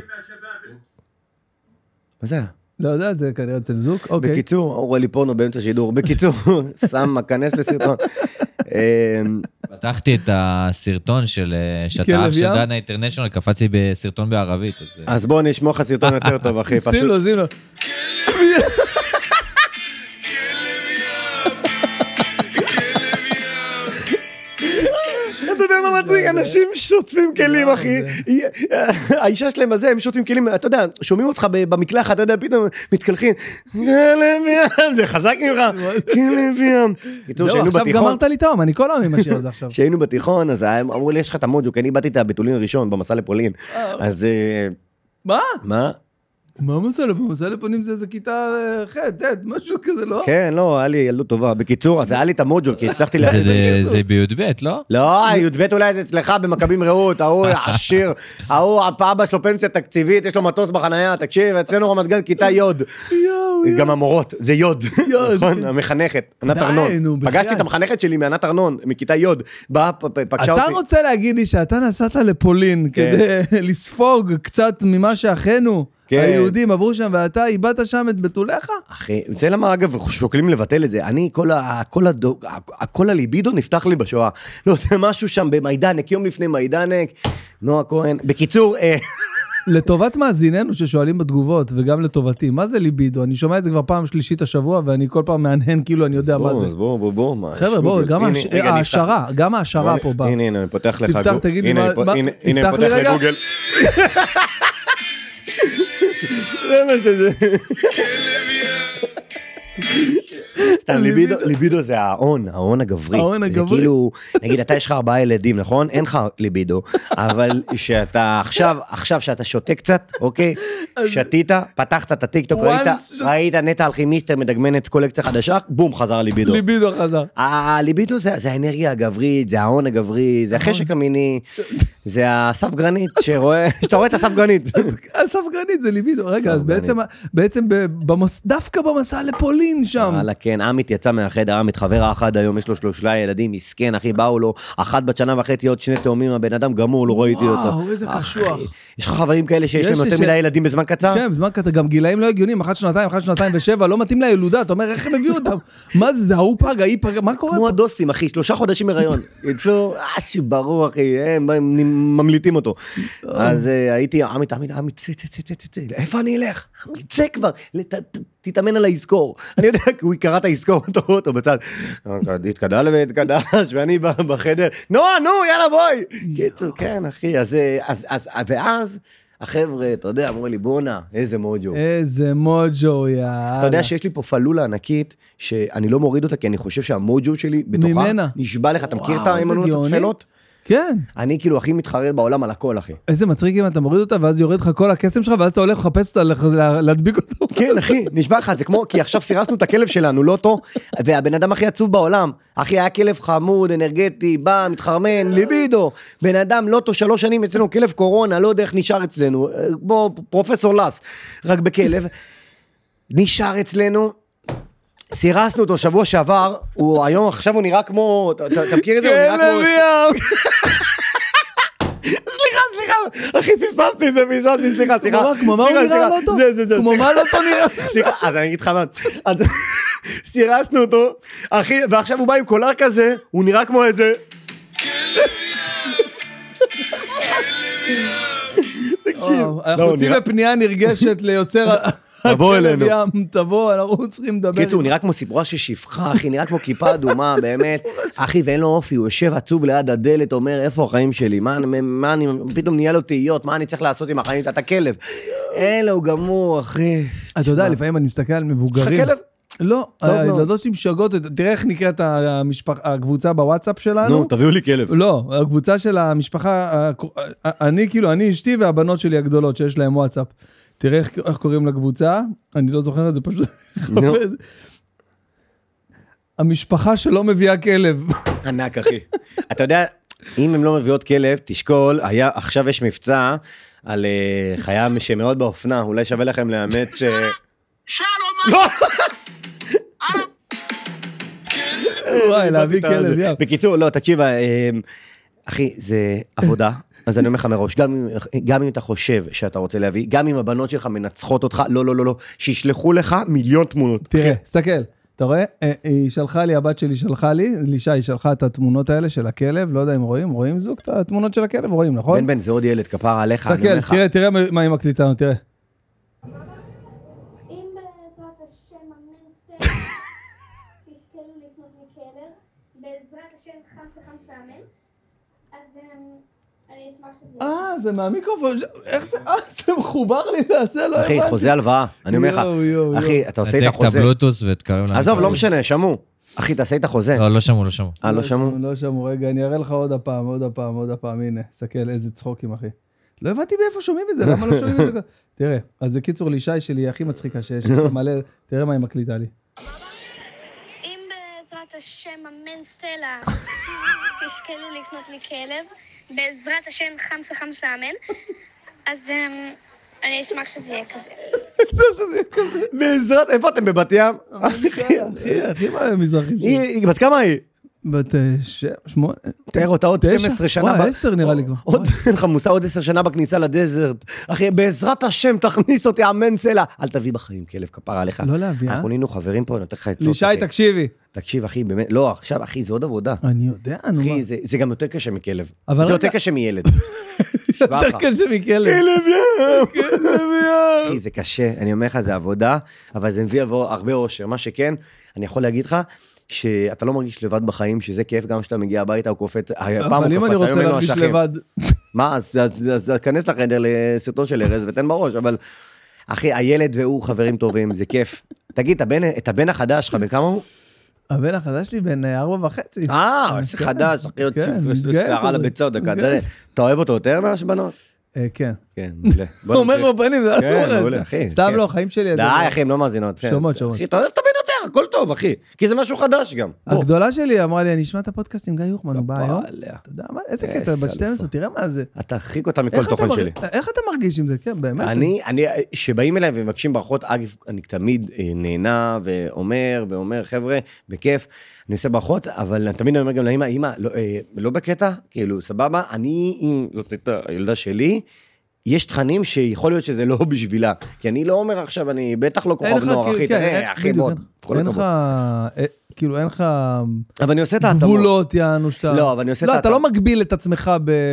מה זה היה? לא יודע, זה כנראה אצל זוק. אוקיי. בקיצור, הוא רואה לי פורנו באמצע שידור. בקיצור, שם, כנס לסרטון. פתחתי את הסרטון שאתה אח של דנה אינטרנשיונל, קפצתי בסרטון בערבית. אז בואו נשמור לך סרטון יותר טוב, אחי. שים לו. אתה יודע מה מצחיק? אנשים שוטפים כלים, אחי. האישה שלהם הזה, הם שוטפים כלים, אתה יודע, שומעים אותך במקלחת, אתה יודע, פתאום מתקלחים. זה חזק ממך. לא, עכשיו גמרת לי טוב, אני כל העם עם השיר הזה עכשיו. כשהיינו בתיכון, אז אמרו לי, יש לך את המוג'ו, כי אני באתי את הבתולין הראשון, במסע לפולין. אז... מה? מה? מה מסע לפונים? מסע לפונים זה כיתה ח', משהו כזה, לא? כן, לא, היה לי ילדות טובה. בקיצור, אז היה לי את המוג'ו, כי הצלחתי זה בי"ב, לא? לא, י"ב אולי זה אצלך במכבים רעות, ההוא עשיר, ההוא אבא שלו פנסיה תקציבית, יש לו מטוס בחנייה, תקשיב, אצלנו רמת גן כיתה יוד. גם המורות, זה יוד. נכון, המחנכת, ענת ארנון. פגשתי את המחנכת שלי מענת ארנון, מכיתה יוד. באה, פגשה אותי. אתה רוצה להגיד לי שאתה נסעת לפולין כדי לספוג קצת ממה שאחינו היהודים עברו שם, ואתה איבדת שם את בתוליך? אחי, זה למה אגב שוקלים לבטל את זה. אני, כל הליבידו נפתח לי בשואה. לא יודע, משהו שם במיידנק, יום לפני מיידנק, נועה כהן. בקיצור, לטובת מאזיננו ששואלים בתגובות, וגם לטובתי, מה זה ליבידו? אני שומע את זה כבר פעם שלישית השבוע, ואני כל פעם מהנהן כאילו אני יודע מה זה. בוא. חבר'ה, בוא, גם ההשערה פה בא. הנה, אני פותח לך. תפתח, תגיד לי מה, הנה, תפתח לי רגע. זה מה שזה. סתם, ליבידו זה ההון הגברי. ההון הגברי. זה כאילו, נגיד, אתה יש לך 4 ילדים, נכון? אין לך ליבידו, אבל שאתה עכשיו שאתה שותה קצת, אוקיי? שתית, פתחת את הטיקטוק, ראית נטע אלכימיסטר מדגמנת קולקציה חדשה, בום, חזר הליבידו. ליבידו חזר. הליבידו זה האנרגיה הגברית, זה ההון הגברי, זה החשק המיני, זה הסף גרנית, שאתה רואה את הסף גרנית. הסף גרנית זה ליבידו. רגע, אז בעצם דווקא במסע לפולין שם. וואלה, כן, עמית יצא מהחדר, עמית חבר האחד היום, יש לו 3 ילדים, מסכן, אחי, באו לו, 1 בת 1.5 שנה, עוד 2 תאומים, הבן אדם גמור, לא ראיתי אותו. וואו, איזה קשוח. יש לך חברים כאלה שיש להם יותר מדי ילדים בזמן קצר? כן, בזמן קצר, גם גילאים לא הגיונים, 1 שנתיים, 1 שנתיים ו7, לא מתאים לילודה, אתה אומר, איך הם הביאו אותם? מה זה, ההוא פג, ההיא פג, מה קורה? כמו הדוסים, אחי, 3 חודשים הריון. יצאו, ברור, אחי, הם ממליטים אותו. אז הייתי, עמית, צא, איפה אני אלך? צא כבר, תתאמן על היזכור. אני יודע, הוא יקרא את היזכור, אותו בצד. התקדש ואני בחדר, נו, יאללה בואי. קיצור, כן, אחי, ואז החבר'ה, אתה יודע, אמרו לי, בונה, איזה מוג'ו. איזה מוג'ו, יאללה. אתה יודע שיש לי פה פלולה ענקית, שאני לא מוריד אותה, כי אני חושב שהמוג'ו שלי בתוכה, נשבע לך, אתה מכיר את האמנות התפלות? כן. אני כאילו הכי מתחרט בעולם על הכל, אחי. איזה מצחיק אם אתה מוריד אותה, ואז יורד לך כל הקסם שלך, ואז אתה הולך לחפש אותה, להדביק אותו. כן, אחי, נשבע לך, זה כמו, כי עכשיו סירסנו את הכלב שלנו, לא אותו, והבן אדם הכי עצוב בעולם, אחי, היה כלב חמוד, אנרגטי, בא, מתחרמן, ליבידו, בן אדם לא אותו 3 שנים אצלנו, כלב קורונה, לא יודע איך נשאר אצלנו, בוא, פרופסור לס, רק בכלב, נשאר אצלנו, סירסנו אותו שבוע שעבר, הוא היום, עכשיו הוא נראה כמו, אתה מכיר את זה? הוא נראה כמו... סליחה, אחי, פספסתי, סליחה. כמו מה הוא נראה לא טוב? כמו מה לא טוב נראה? סליחה, אז אני אגיד לך מה, סירסנו אותו, אחי, ועכשיו הוא בא עם קולר כזה, הוא נראה כמו איזה... תקשיב. אנחנו רוצים בפנייה נרגשת ליוצר... תבוא אלינו. תבוא, אנחנו צריכים לדבר. קיצור, הוא נראה כמו סיפורה של שפחה, אחי, נראה כמו כיפה אדומה, באמת. אחי, ואין לו אופי, הוא יושב עצוב ליד הדלת, אומר, איפה החיים שלי? מה אני, פתאום נהיה לו תהיות, מה אני צריך לעשות עם החיים? אתה כלב. אין לו, גמור, אחי. אתה יודע, לפעמים אני מסתכל על מבוגרים. יש לך כלב? לא, הילדות שלי משגעות, תראה איך נקראת הקבוצה בוואטסאפ שלנו. נו, תביאו לי כלב. לא, הקבוצה של המשפחה, אני אשתי והבנות שלי הגדולות שיש להם וואטסאפ. תראה איך קוראים לקבוצה, אני לא זוכר את זה פשוט. המשפחה שלא מביאה כלב. ענק, אחי. אתה יודע, אם הם לא מביאות כלב, תשקול, עכשיו יש מבצע על חיה שמאוד באופנה, אולי שווה לכם לאמץ... שלום! וואי, להביא כלב, יאב. בקיצור, לא, תקשיב, אחי, זה עבודה. אז אני אומר לך מראש, גם אם אתה חושב שאתה רוצה להביא, גם אם הבנות שלך מנצחות אותך, לא, שישלחו לך 1,000,000 תמונות. תראה, סתכל, אתה רואה? היא שלחה לי, הבת שלי שלחה לי, לישה, היא שלחה את התמונות האלה של הכלב, לא יודע אם רואים זוג, את התמונות של הכלב, רואים, נכון? בן, זה עוד ילד, כפר עליך, אני אומר לך. סתכל, תראה מה היא מקליטה, תראה. אם בעזרת השם אמן תשקלו לקנות לי כלב, בעזרת השם חמסה אמן, אז... אני אשמח שזה... זה מהמיקרופון, איך זה? זה מחובר לי, זה לא הבנתי. אחי, חוזה הלוואה, אני אומר לך, אחי, אתה עושה את החוזה. את הבלוטוס ותקרב לנו. עזוב, לא משנה, שמעו. אחי, תעשה את החוזה. לא שמעו. לא שמעו? לא שמעו, רגע, אני אראה לך עוד הפעם, הנה, סתכל, איזה צחוקים, אחי. לא הבנתי באיפה שומעים את זה, למה לא שומעים את זה? תראה, אז בקיצור, לישי שלי היא הכי מצחיקה שיש, מלא, תראה מה היא מקליטה לי. אם בעזרת השם אמן סלע תשקלו לקנות לי כלב, בעזרת השם חמסה אמן, אז אני אשמח שזה יהיה כזה. בעזרת, איפה אתם בבת ים? אחי, מה המזרחים שלי? היא בת כמה היא? בת 8. תאר אותה עוד 12 שנה. וואי, 10 נראה לי כבר. אין לך מושא עוד 10 שנה בכניסה לדזרט. אחי, בעזרת השם תכניס אותי אמן סלע. אל תביא בחיים כלב כפרה עליך. לא להביא, אנחנו נהיינו חברים פה, נותן לך עצות. לישי, תקשיבי. תקשיב, אחי, באמת, לא, עכשיו, אחי, זה עוד עבודה. אני יודע, נו מה. אחי, זה גם יותר קשה מכלב. זה יותר קשה מילד. יותר קשה מכלב. כלב ים. כלב ים. אחי, זה קשה, אני אומר לך, זה עבודה, אבל זה מביא הרבה אושר. מה שכן, אני יכול להגיד לך, שאתה לא מרגיש לבד בחיים, שזה כיף גם שאתה מגיע הביתה, הוא קופץ, אבל אם אני רוצה להרגיש לבד... מה, אז כנס לחדר לסרטון של ארז ותן בראש, אבל אחי, הילד והוא חברים טובים, זה כיף. תגיד, את הבן החדש שלך, בן כמה הוא? הבן החדש שלי בן 4.5. איזה חדש, אחי, עוד שערה לביצות, אתה אוהב אותו יותר מהבנות? כן. כן, מעולה. הוא אומר בפנים, זה כן, מעולה, אחי. סתם לא, חיים שלי. די, אחי, הם לא מאזינות. שומעות. אחי, אתה אוהב את הבן יותר, הכל טוב, אחי. כי זה משהו חדש גם. הגדולה שלי אמרה לי, אני אשמע את הפודקאסט עם גיא יוחמן, הוא בא היום. אתה יודע מה, איזה קטע, בת 12, תראה מה זה. אתה הרחיק אותה מכל תוכן שלי. איך אתה מרגיש עם זה? כן, באמת. אני, שבאים אליי ומבקשים ברכות, אגב, אני תמיד נהנה ואומר, חבר'ה, בכיף, אני עושה ברכות, אבל אני תמיד אומר גם לאמא, אמא, לא בקטע, כאילו, סבבה, אני, אם זאת הייתה הילדה שלי, יש תכנים שיכול להיות שזה לא בשבילה, כי אני לא אומר עכשיו, אני בטח לא כוכב נוער, אחי, תראה, אחי, בוא, אין לך, כאילו, אין לך אבל אני עושה את ההתאמות. גבולות, יענו, שאתה... לא, אבל אני עושה את ההתאמות. אתה לא מגביל את עצמך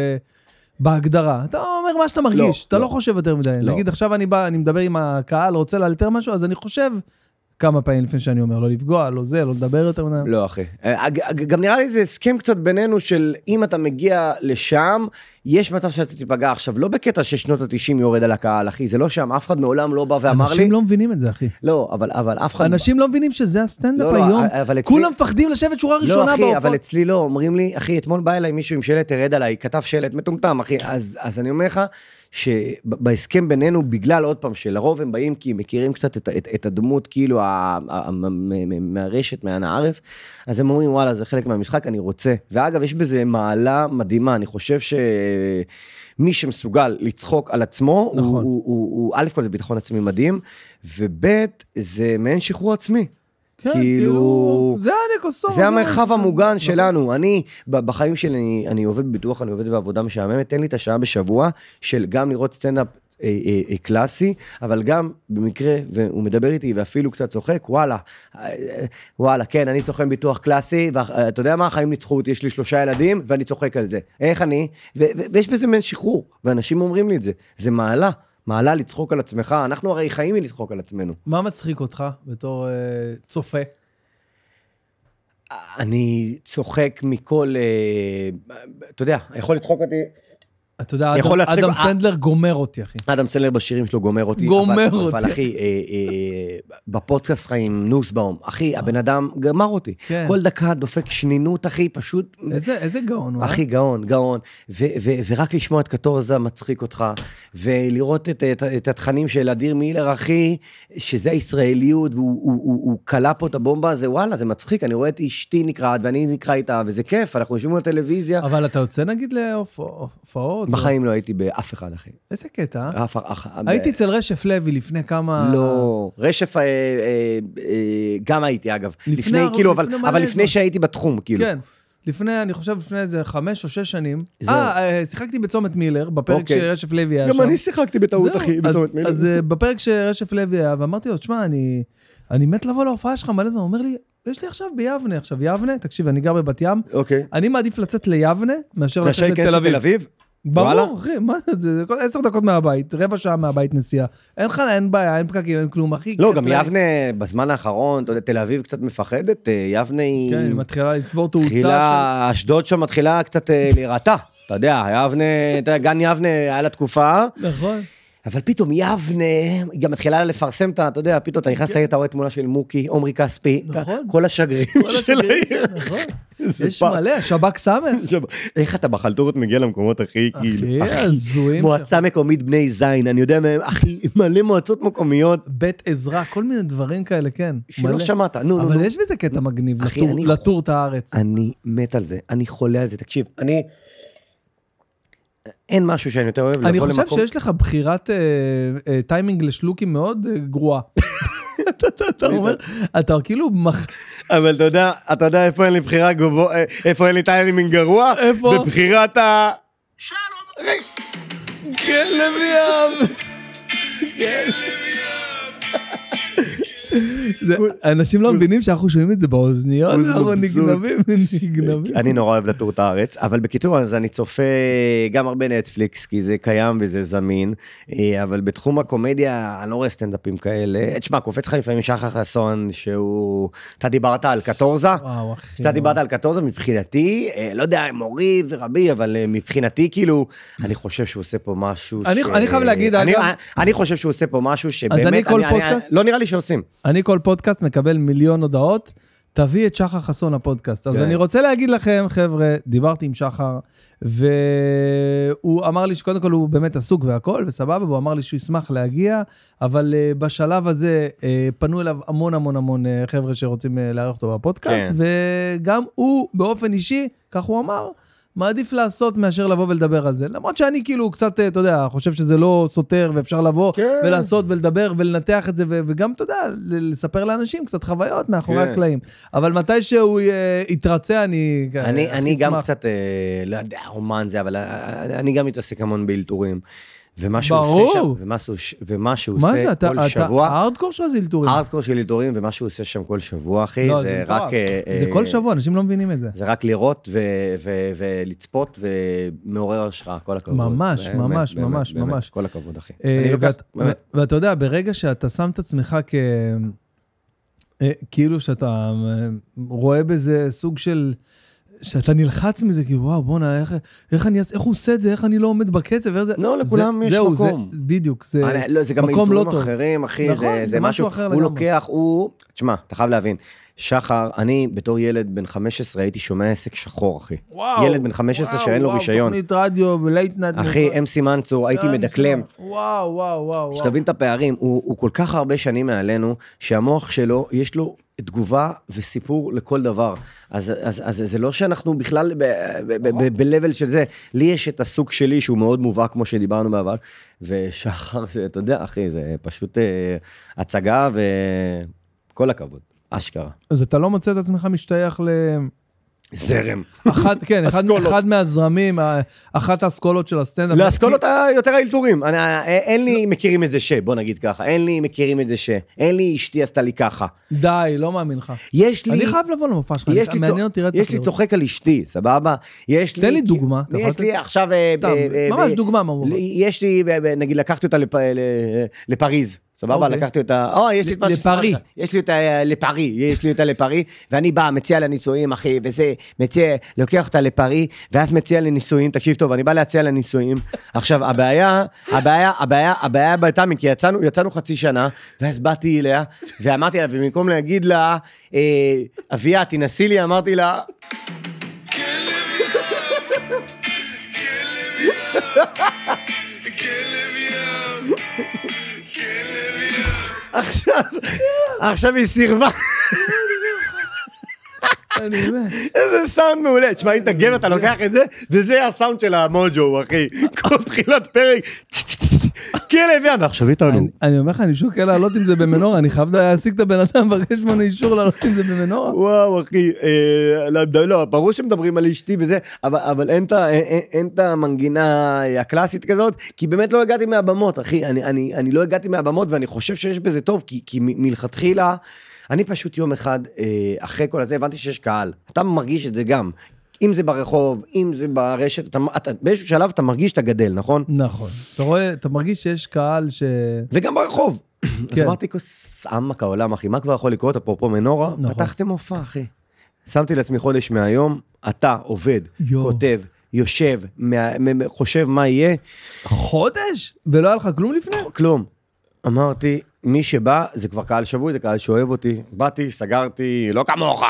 בהגדרה, אתה אומר מה שאתה מרגיש, אתה לא חושב יותר מדי. נגיד, עכשיו אני מדבר עם הקהל, רוצה לאלתר משהו, אז אני חושב כמה פעמים לפני שאני אומר, לא לפגוע, לא זה, לא לדבר יותר מנהל. לא, אחי. גם נראה לי זה הסכם קצת בינינו של אם אתה מגיע לשם, יש מצב שאתה תיפגע עכשיו, לא בקטע ששנות ה-90 יורד על הקהל, אחי, זה לא שם, אף אחד מעולם לא בא ואמר לי. אנשים לא מבינים את זה, אחי. לא, אבל אף אחד... אנשים לא מבינים שזה הסטנדאפ היום. כולם מפחדים לשבת שורה ראשונה בהופעות. לא, אחי, אבל אצלי לא, אומרים לי, אחי, אתמול בא אליי מישהו עם שלט, תרד עליי, כתב שלט מטומטם, אחי, אז אני אומר לך, שבהסכם בינינו, בגלל עוד פעם, שלרוב הם באים כי הם מכירים קצת את הדמות, כאילו, מהרשת, מהערף, אז הם אומרים, וואלה, זה חלק מהמשחק, אני רוצה. ואגב, יש בזה מעלה מדהימה, אני חושב שמי שמסוגל לצחוק על עצמו, נכון. הוא א' כל זה ביטחון עצמי מדהים, וב' זה מעין שחרור עצמי. כן, כאילו, זה המרחב המוגן שלנו. אני, בחיים שלי, אני עובד בביטוח, אני עובד בעבודה משעממת, תן לי את השעה בשבוע של גם לראות סטנדאפ קלאסי, אבל גם במקרה, והוא מדבר איתי ואפילו קצת צוחק, וואלה, כן, אני צוחק ביטוח קלאסי, ואתה יודע מה, החיים ניצחו אותי, יש לי 3 ילדים, ואני צוחק על זה. איך אני? ויש בזה מעין שחרור, ואנשים אומרים לי את זה. זה מעלה לצחוק על עצמך, אנחנו הרי חיים מלצחוק על עצמנו. מה מצחיק אותך בתור צופה? אני צוחק מכל, אתה יודע, יכול לצחוק אותי... אתה יודע, אדם סנדלר גומר אותי, אחי. אדם סנדלר בשירים שלו גומר אותי. אבל אחי, בפודקאסט חיים נוסבאום, אחי, הבן אדם גמר אותי. כל דקה דופק שנינות, אחי, פשוט... איזה גאון הוא? אחי, גאון. ורק לשמוע את קטורזה מצחיק אותך, ולראות את התכנים של אדיר מילר, אחי, שזה הישראליות, והוא קלה פה את הבומבה, זה וואלה, זה מצחיק, אני רואה את אשתי נקראת, ואני נקרא איתה, וזה כיף, אנחנו יושבים בטלוויזיה. אבל אתה יוצא נגיד להופעות? בחיים לא הייתי באף אחד, אחי. איזה קטע? הייתי אצל רשף לוי לפני כמה... לא, רשף גם הייתי, אגב. לפני, כאילו, אבל לפני שהייתי בתחום, כאילו. כן. לפני, אני חושב, לפני איזה 5 או 6 שנים. שיחקתי בצומת מילר, בפרק שרשף לוי היה שם. גם אני שיחקתי בטעות, אחי, בצומת מילר. אז בפרק שרשף לוי היה, ואמרתי לו, תשמע, אני מת לבוא להופעה שלך, מלא זמן, הוא אומר לי, יש לי עכשיו ביבנה, יבנה, תקשיב, אני גר בבת ים, אני מעדיף לצאת ליבנה, מאשר לצאת לתל אביב. ברור, אחי, מה זה? 10 דקות מהבית, 15 שעה מהבית נסיעה. אין בעיה, אין פקקים, אין כלום, אחי. לא, גם יבנה, בזמן האחרון, אתה יודע, תל אביב קצת מפחדת, יבנה היא... כן, היא מתחילה לצבור תאוצה. אשדוד שם מתחילה קצת להירתע. אתה יודע, יבנה, גן יבנה היה לה תקופה. נכון. אבל פתאום יבנה, היא גם מתחילה לפרסם, אתה יודע, פתאום אתה נכנס לעיר, אתה רואה תמונה של מוקי, עומרי כספי, כל השגרירים של העיר. נכון. יש מלא, שבק סמך. איך אתה בחלטורות מגיע למקומות הכי, כאילו, הזויים. מועצה מקומית בני זין, אני יודע מהם, הכי מלא מועצות מקומיות. בית עזרה, כל מיני דברים כאלה, כן. שלא שמעת, נו. אבל יש בזה קטע מגניב, לטור את הארץ. אני מת על זה, אני חולה על זה, תקשיב, אין משהו שאני יותר אוהב. אני חושב שיש לך בחירת טיימינג לשלוקים מאוד גרועה. אתה אומר, אתה כאילו אבל אתה יודע איפה אין לי בחירה גבוה, איפה אין לי טיימינג גרוע? איפה? בבחירת ה... שלום! כן לביאם! כן אנשים לא מבינים שאנחנו שומעים את זה באוזניות, אנחנו נגנבים. אני נורא אוהב לטור את הארץ, אבל בקיצור, אז אני צופה גם הרבה נטפליקס, כי זה קיים וזה זמין, אבל בתחום הקומדיה, אני לא רואה סטנדאפים כאלה. תשמע, קופץ לך לפעמים שחר חסון, אתה דיברת על קטורזה? אתה דיברת על קטורזה, מבחינתי, לא יודע, מורי ורבי, אבל מבחינתי, כאילו, אני חושב שהוא עושה פה משהו אני חייב להגיד, אני חושב שהוא עושה פה משהו שבאמת, לא נראה לי שעושים. אני כל פודקאסט מקבל 1,000,000 הודעות, תביא את שחר חסון לפודקאסט. אז אני רוצה להגיד לכם, חבר'ה, דיברתי עם שחר, והוא אמר לי שקודם כל הוא באמת עסוק והכל, וסבבה, והוא אמר לי שהוא ישמח להגיע, אבל בשלב הזה פנו אליו המון חבר'ה שרוצים לערוך אותו בפודקאסט, וגם הוא באופן אישי, כך הוא אמר, מעדיף לעשות מאשר לבוא ולדבר על זה. למרות שאני כאילו קצת, אתה יודע, חושב שזה לא סותר ואפשר לבוא ולעשות ולדבר ולנתח את זה, וגם, אתה יודע, לספר לאנשים קצת חוויות מאחורי הקלעים. אבל מתי שהוא יתרצה, אני גם קצת, לא יודע, רומן זה, אבל אני גם מתעסק המון באלתורים. ומה שהוא עושה שם, ומה שהוא עושה כל שבוע... הארדקור שלו זה אלתורים. הארדקור של אלתורים, ומה שהוא עושה שם כל שבוע, אחי, זה רק... זה כל שבוע, אנשים לא מבינים את זה. זה רק לראות ולצפות ומעורר השראה, כל הכבוד. ממש. כל הכבוד, אחי. ואתה יודע, ברגע שאתה שם את עצמך כאילו שאתה רואה בזה סוג של, שאתה נלחץ מזה, כאילו, וואו, בוא'נה, איך הוא עושה את זה, איך אני לא עומד בקצב, לא, לכולם יש מקום. בדיוק, זה מקום לא טוב. זה גם עיתונים אחרים, אחי, זה משהו אחר לגמרי. הוא לוקח, תשמע, אתה חייב להבין, שחר, אני בתור ילד בן 15 הייתי שומע עסק שחור, אחי. ילד בן 15 שאין לו רישיון. תוכנית רדיו, לייטנט. אחי, אמסי מנצור, הייתי מדקלם. וואו. שתבין את הפערים, הוא כל כך הרבה שנים מעלינו, שהמוח שלו, יש לו תגובה וסיפור לכל דבר. אז זה לא שאנחנו בכלל ב-level של זה. לי יש את הסוג שלי, שהוא מאוד מובהק, כמו שדיברנו בעבר, ושחר, אתה יודע, אחי, זה פשוט הצגה וכל הכבוד. אשכרה. אז אתה לא מוצא את עצמך משתייך זרם. כן, אחד מהזרמים, אחת האסכולות של הסטנדאפ. לאסכולות יותר האלתורים. אין לי מכירים את זה בוא נגיד ככה. אין לי מכירים את זה אין לי אשתי עשתה לי ככה. די, לא מאמין לך. אני חייב לבוא למופע שלך. יש לי צוחק על אשתי, סבבה? תן לי דוגמה. יש לי עכשיו... ממש דוגמה, ממש. יש לי, נגיד, לקחתי אותה לפריז. סבבה, לקחתי אותה, יש לי אותה לפרי, ואני בא, מציע לניסויים, אחי, וזה, לוקח אותה לפרי, ואז מציע לניסויים, תקשיב טוב, אני בא להציע לניסויים, עכשיו, הבעיה בטעמי, כי יצאנו חצי שנה, ואז באתי אליה, ואמרתי לה, ובמקום להגיד לה, אביה, תנסי לי, אמרתי לה, עכשיו היא סירבה. איזה סאונד מעולה. תשמע, אם אתה גבר, אתה לוקח את זה, וזה הסאונד של המוג'ו, אחי. כל תחילת פרק. כלב ים, עכשיו איתנו. אני אומר לך, אני שוקל לעלות עם זה במנורה, אני חייב להשיג את הבן אדם, ברגש ממנו אישור לעלות עם זה במנורה. וואו, אחי, לא, ברור שמדברים על אשתי וזה, אבל אין את המנגינה הקלאסית כזאת, כי באמת לא הגעתי מהבמות, אחי, אני לא הגעתי מהבמות, ואני חושב שיש בזה טוב, כי מלכתחילה, אני פשוט יום אחד, אחרי כל הזה, הבנתי שיש קהל, אתה מרגיש את זה גם, אם זה ברחוב, אם זה ברשת, באיזשהו שלב אתה מרגיש שאתה גדל, נכון? נכון. אתה רואה, אתה מרגיש שיש קהל וגם ברחוב. אז אמרתי, כוס עמק העולם, אחי, מה כבר יכול לקרות? אפרופו מנורה, פתחתם מופע, אחי. שמתי לעצמי חודש מהיום, אתה עובד, כותב, יושב, חושב מה יהיה. חודש? ולא היה לך כלום לפני? כלום. אמרתי, מי שבא, זה כבר קהל שבוי, זה קהל שאוהב אותי. באתי, סגרתי, לא כמוך,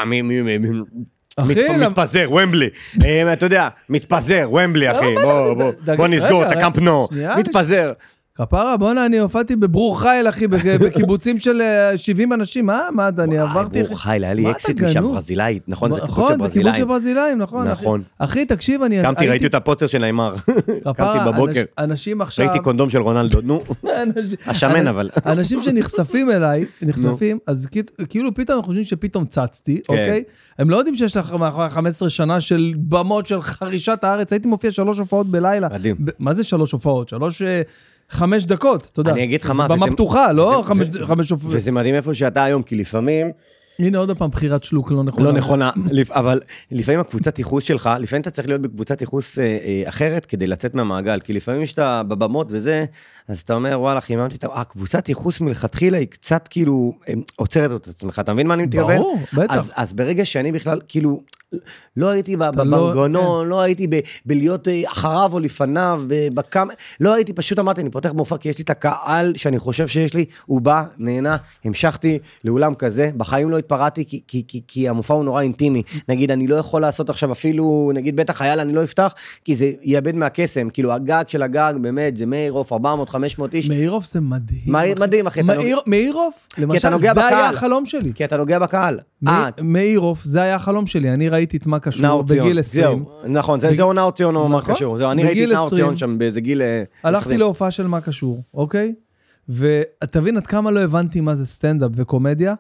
מתפזר, ומבלי, אתה יודע, מתפזר, ומבלי, אחי, בוא נסגור את הקמפ נו, מתפזר. כפרה, בוא'נה, אני הופעתי בברור חייל, אחי, בקיבוצים של 70 אנשים, מה, אני עברתי... ברור חייל, היה לי אקסיט משם ברזילאית, נכון? זה קיבוץ של ברזילאים. נכון, זה קיבוץ של ברזילאים, נכון. אחי, תקשיב, אני... קמתי, ראיתי את הפוסטר של נאמר. קמתי בבוקר. אנשים עכשיו... ראיתי קונדום של רונלדו, נו. השמן, אבל. אנשים שנחשפים אליי, אז כאילו פתאום הם חושבים שפתאום צצתי, אוקיי? הם לא יודעים שיש לך 15 שנה של במות של חרישת הארץ. הייתי מופיע 3 הופעות בלילה. מדהים. מה זה 3 הופעות? 5 דקות, אתה יודע. אני אגיד לך מה. במה פתוחה, לא 5 הופעות. וזה מדהים איפה שאתה היום, כי לפעמים... הנה עוד פעם, בחירת שלוק לא נכונה. לא נכונה, אבל לפעמים הקבוצת ייחוס שלך, לפעמים אתה צריך להיות בקבוצת ייחוס אחרת כדי לצאת מהמעגל, כי לפעמים שאתה בבמות וזה, אז אתה אומר, וואלה, חיממתי, הקבוצת ייחוס מלכתחילה היא קצת כאילו עוצרת את עצמך, אתה מבין מה אני מתכוון? ברור, בטח. אז ברגע שאני בכלל, כאילו, לא הייתי במנגנון, לא הייתי בלהיות אחריו או לפניו, לא הייתי, פשוט אמרתי, אני פותח מופע, כי יש לי את הקהל שאני חושב שיש לי, הוא בא, נהנה, המשכתי לאולם כזה, בחיים לא התפרעתי, כי המופע הוא נורא אינטימי, נגיד, אני לא יכול לעשות עכשיו אפילו, נגיד, בטח חייל אני לא אפתח, כי זה יאבד מהקסם, כאילו, הגג של הגג, באמת, זה מאירוף, 400-500 איש. מאירוף זה מדהים. מדהים, אחי. מאירוף, למשל, זה היה החלום שלי. כי אתה נוגע בקהל. מאירוף, זה היה החלום שלי, אני ראיתי את מה קשור בגיל 20. נכון, זה או נאור ציון או מה קשור. אני ראיתי את נאור ציון שם באיזה גיל 20. הלכתי להופעה של מה קשור, אוקיי? ותבין עד כמה לא הבנתי מה זה סטנדאפ וקומדיה,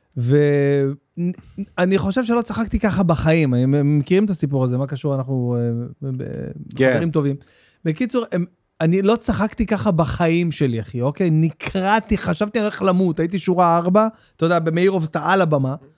ואני חושב שלא צחקתי ככה בחיים, הם מכירים את הסיפור הזה, מה קשור, אנחנו חברים טובים. בקיצור, אני לא צחקתי ככה בחיים שלי, אחי, אוקיי? נקראתי, חשבתי אני הולך למות, הייתי שורה 4, אתה יודע, במאירוב אתה על הבמה,